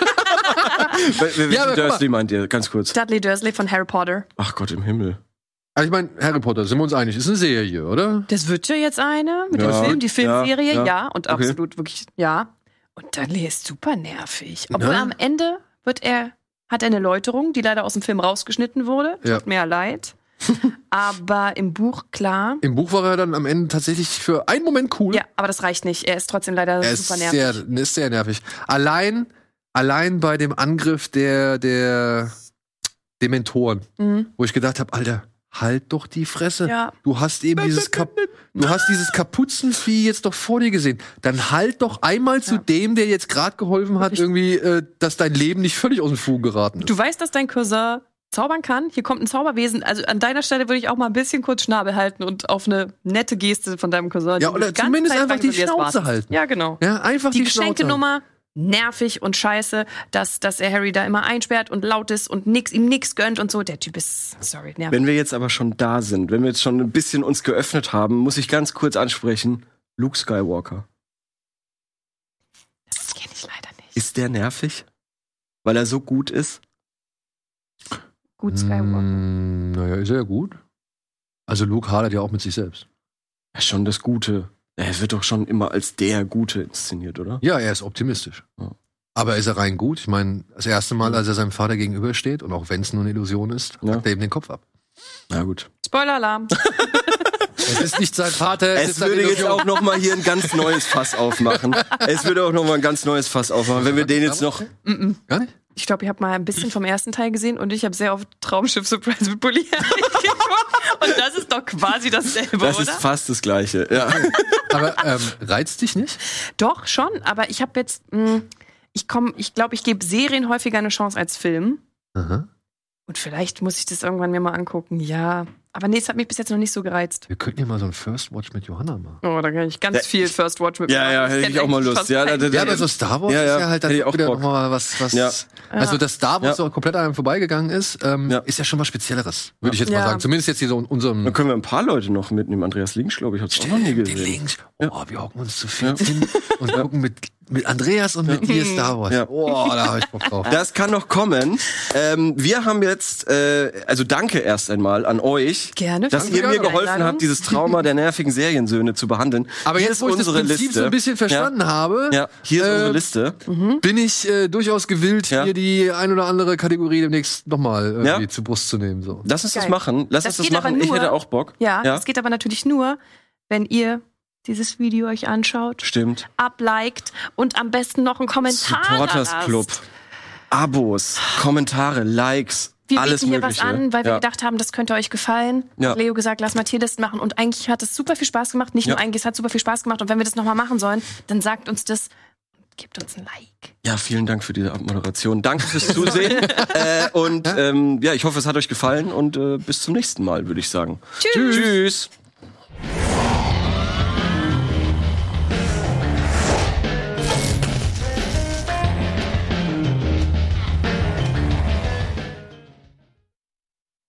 Speaker 1: Welchen
Speaker 3: Ja, aber guck mal.
Speaker 1: Dursley meint ihr? Ganz kurz.
Speaker 2: Dudley Dursley von Harry Potter.
Speaker 1: Ach Gott im Himmel.
Speaker 3: Also ich meine, Harry Potter, sind wir uns einig, ist eine Serie, oder?
Speaker 2: Das wird ja jetzt eine mit
Speaker 1: Ja,
Speaker 2: dem Film, die Filmserie,
Speaker 1: ja,
Speaker 2: ja,
Speaker 1: ja.
Speaker 2: und
Speaker 1: Okay.
Speaker 2: absolut wirklich, ja. Und Dudley ist super nervig. Obwohl
Speaker 3: Ne?
Speaker 2: am Ende wird er, hat er eine Läuterung, die leider aus dem Film rausgeschnitten wurde.
Speaker 3: Ja.
Speaker 2: Tut mir ja leid. Aber im Buch, klar.
Speaker 3: Im Buch war er dann am Ende tatsächlich für einen Moment cool.
Speaker 2: Ja, aber das reicht nicht. Er ist trotzdem leider
Speaker 3: er ist
Speaker 2: super nervig.
Speaker 3: sehr, ist sehr nervig. Allein, allein bei dem Angriff der, der Dementoren,
Speaker 2: Mhm.
Speaker 3: wo ich gedacht habe, Alter, halt doch die Fresse.
Speaker 2: Ja.
Speaker 3: Du hast eben dieses Kap du hast dieses Kapuzenvieh jetzt doch vor dir gesehen. Dann halt doch einmal zu
Speaker 2: Ja.
Speaker 3: dem, der jetzt gerade geholfen hat,
Speaker 2: Wirklich.
Speaker 3: irgendwie, äh, dass dein Leben nicht völlig aus dem Fugen geraten ist.
Speaker 2: Du weißt, dass dein Cousin zaubern kann. Hier kommt ein Zauberwesen. Also an deiner Stelle würde ich auch mal ein bisschen kurz Schnabel halten und auf eine nette Geste von deinem Cousin.
Speaker 3: Ja,
Speaker 2: die
Speaker 3: oder
Speaker 2: die ganze
Speaker 3: zumindest
Speaker 2: Zeit
Speaker 3: einfach
Speaker 2: lang
Speaker 3: die
Speaker 2: von dir
Speaker 3: Schnauze
Speaker 2: wartest.
Speaker 3: halten.
Speaker 2: Ja, genau.
Speaker 3: Ja, einfach
Speaker 2: Die
Speaker 3: die, Schnauze halten.
Speaker 2: Geschenkenummer, nervig und scheiße, dass, dass er Harry da immer einsperrt und laut ist und nix, ihm nix gönnt und so. Der Typ ist, sorry, nervig.
Speaker 1: Wenn wir jetzt aber schon da sind, wenn wir jetzt schon ein bisschen uns geöffnet haben, muss ich ganz kurz ansprechen. Luke Skywalker.
Speaker 2: Das kenne ich leider nicht.
Speaker 1: Ist der nervig? Weil er so gut ist?
Speaker 2: Gut, Skywalker.
Speaker 3: Mm, naja, ist er ja gut. Also Luke hadert ja auch mit sich selbst.
Speaker 1: Ja, schon das Gute. Er wird doch schon immer als der Gute inszeniert, oder?
Speaker 3: Ja, er ist optimistisch.
Speaker 1: Ja.
Speaker 3: Aber ist er rein gut? Ich meine, das erste Mal, als er seinem Vater gegenübersteht, und auch wenn es nur eine Illusion ist,
Speaker 1: Ja.
Speaker 3: hackt er ihm den Kopf ab.
Speaker 1: Na gut.
Speaker 2: Spoiler-Alarm.
Speaker 3: Es ist nicht sein Vater, es,
Speaker 1: Es
Speaker 3: ist eine
Speaker 1: würde jetzt
Speaker 3: Illusion.
Speaker 1: auch noch mal hier ein ganz neues Fass aufmachen. Es würde auch noch mal ein ganz neues Fass aufmachen, wenn wir den jetzt noch...
Speaker 2: Mm-mm.
Speaker 3: Gar nicht?
Speaker 2: Ich glaube, ich habe mal ein bisschen vom ersten Teil gesehen und ich habe sehr oft Traumschiff Surprise mit Bulli Und das ist doch quasi dasselbe,
Speaker 1: Das
Speaker 2: oder?
Speaker 1: ist fast das Gleiche, ja.
Speaker 3: Aber ähm, reizt dich nicht?
Speaker 2: Doch, schon, aber ich habe jetzt, mh, ich komme, ich glaube, ich gebe Serien häufiger eine Chance als Film.
Speaker 3: Aha.
Speaker 2: Und vielleicht muss ich das irgendwann mir mal angucken, ja. Aber nee, es hat mich bis jetzt noch nicht so gereizt.
Speaker 3: Wir könnten ja mal so ein First Watch mit Johanna machen.
Speaker 2: Oh, da kann ich ganz
Speaker 1: Ja,
Speaker 2: viel First Watch mit
Speaker 1: Ja,
Speaker 2: machen.
Speaker 1: ja,
Speaker 2: Das
Speaker 1: hätte
Speaker 2: kennt
Speaker 1: ich auch mal
Speaker 2: eigentlich
Speaker 1: Lust.
Speaker 2: fast
Speaker 1: Ja,
Speaker 2: kein
Speaker 1: da- da-
Speaker 3: Ja,
Speaker 2: Mensch.
Speaker 3: aber so Star Wars
Speaker 1: Ja, ja,
Speaker 3: ist ja halt dann
Speaker 1: hätte ich auch
Speaker 3: wieder
Speaker 1: Bock.
Speaker 3: noch mal was, was
Speaker 1: Ja.
Speaker 3: also dass Star Wars
Speaker 1: Ja.
Speaker 3: so komplett an einem vorbeigegangen ist, ähm,
Speaker 1: Ja.
Speaker 3: ist ja schon was Spezielleres, würde ich jetzt
Speaker 2: Ja.
Speaker 3: mal sagen. Zumindest jetzt hier so in unserem
Speaker 1: Dann können wir ein paar Leute noch mitnehmen. Andreas Links, glaube ich, hat es auch noch nie
Speaker 3: den
Speaker 1: gesehen.
Speaker 3: Link. Oh, wir hocken uns zu viel hin und gucken mit, mit Andreas und mit dir Star Wars.
Speaker 1: Ja.
Speaker 3: Oh, da habe ich Bock drauf.
Speaker 1: Das kann noch kommen. Ähm, wir haben jetzt, äh, also danke erst einmal an euch,
Speaker 2: Gerne.
Speaker 1: dass
Speaker 2: Danke
Speaker 1: ihr
Speaker 2: für
Speaker 1: mir
Speaker 2: eure
Speaker 1: geholfen
Speaker 2: Einladung.
Speaker 1: habt, dieses Trauma der nervigen Seriensöhne zu behandeln.
Speaker 3: Aber
Speaker 1: Hier
Speaker 3: jetzt,
Speaker 1: ist
Speaker 3: wo ich das
Speaker 1: unsere
Speaker 3: Prinzip
Speaker 1: Liste.
Speaker 3: so ein bisschen verstanden habe,
Speaker 1: Ja, hier ist
Speaker 3: Äh,
Speaker 1: unsere Liste.
Speaker 3: bin ich äh, durchaus gewillt,
Speaker 1: Ja.
Speaker 3: hier die ein oder andere Kategorie demnächst nochmal irgendwie
Speaker 1: Ja.
Speaker 3: zu Brust zu nehmen. So.
Speaker 1: Lass uns das
Speaker 2: Geil.
Speaker 1: machen. Lass
Speaker 2: Das
Speaker 1: uns das
Speaker 2: geht aber
Speaker 1: machen. Ich
Speaker 2: nur-
Speaker 1: hätte auch Bock.
Speaker 2: Ja,
Speaker 1: Ja.
Speaker 2: das geht aber natürlich nur, wenn ihr dieses Video euch anschaut,
Speaker 1: Stimmt.
Speaker 2: abliked und am besten noch einen Kommentar
Speaker 1: Supporters
Speaker 2: da lasst.
Speaker 1: Club. Abos, Kommentare, Likes,
Speaker 2: Wir
Speaker 1: alles
Speaker 2: bieten hier
Speaker 1: Mögliche.
Speaker 2: was an, weil wir
Speaker 1: ja.
Speaker 2: gedacht haben, das könnte euch gefallen.
Speaker 1: Ja.
Speaker 2: Hat Leo gesagt, lass mal Tierlisten machen. Und eigentlich hat es super viel Spaß gemacht. Nicht
Speaker 1: Ja.
Speaker 2: nur eigentlich, es hat super viel Spaß gemacht. Und wenn wir das nochmal machen sollen, dann sagt uns das und gebt uns ein Like.
Speaker 1: Ja, vielen Dank für diese Abmoderation. Danke fürs Zusehen. äh, und ähm, ja, ich hoffe, es hat euch gefallen und äh, bis zum nächsten Mal, würde ich sagen.
Speaker 2: Tschüss.
Speaker 1: Tschüss.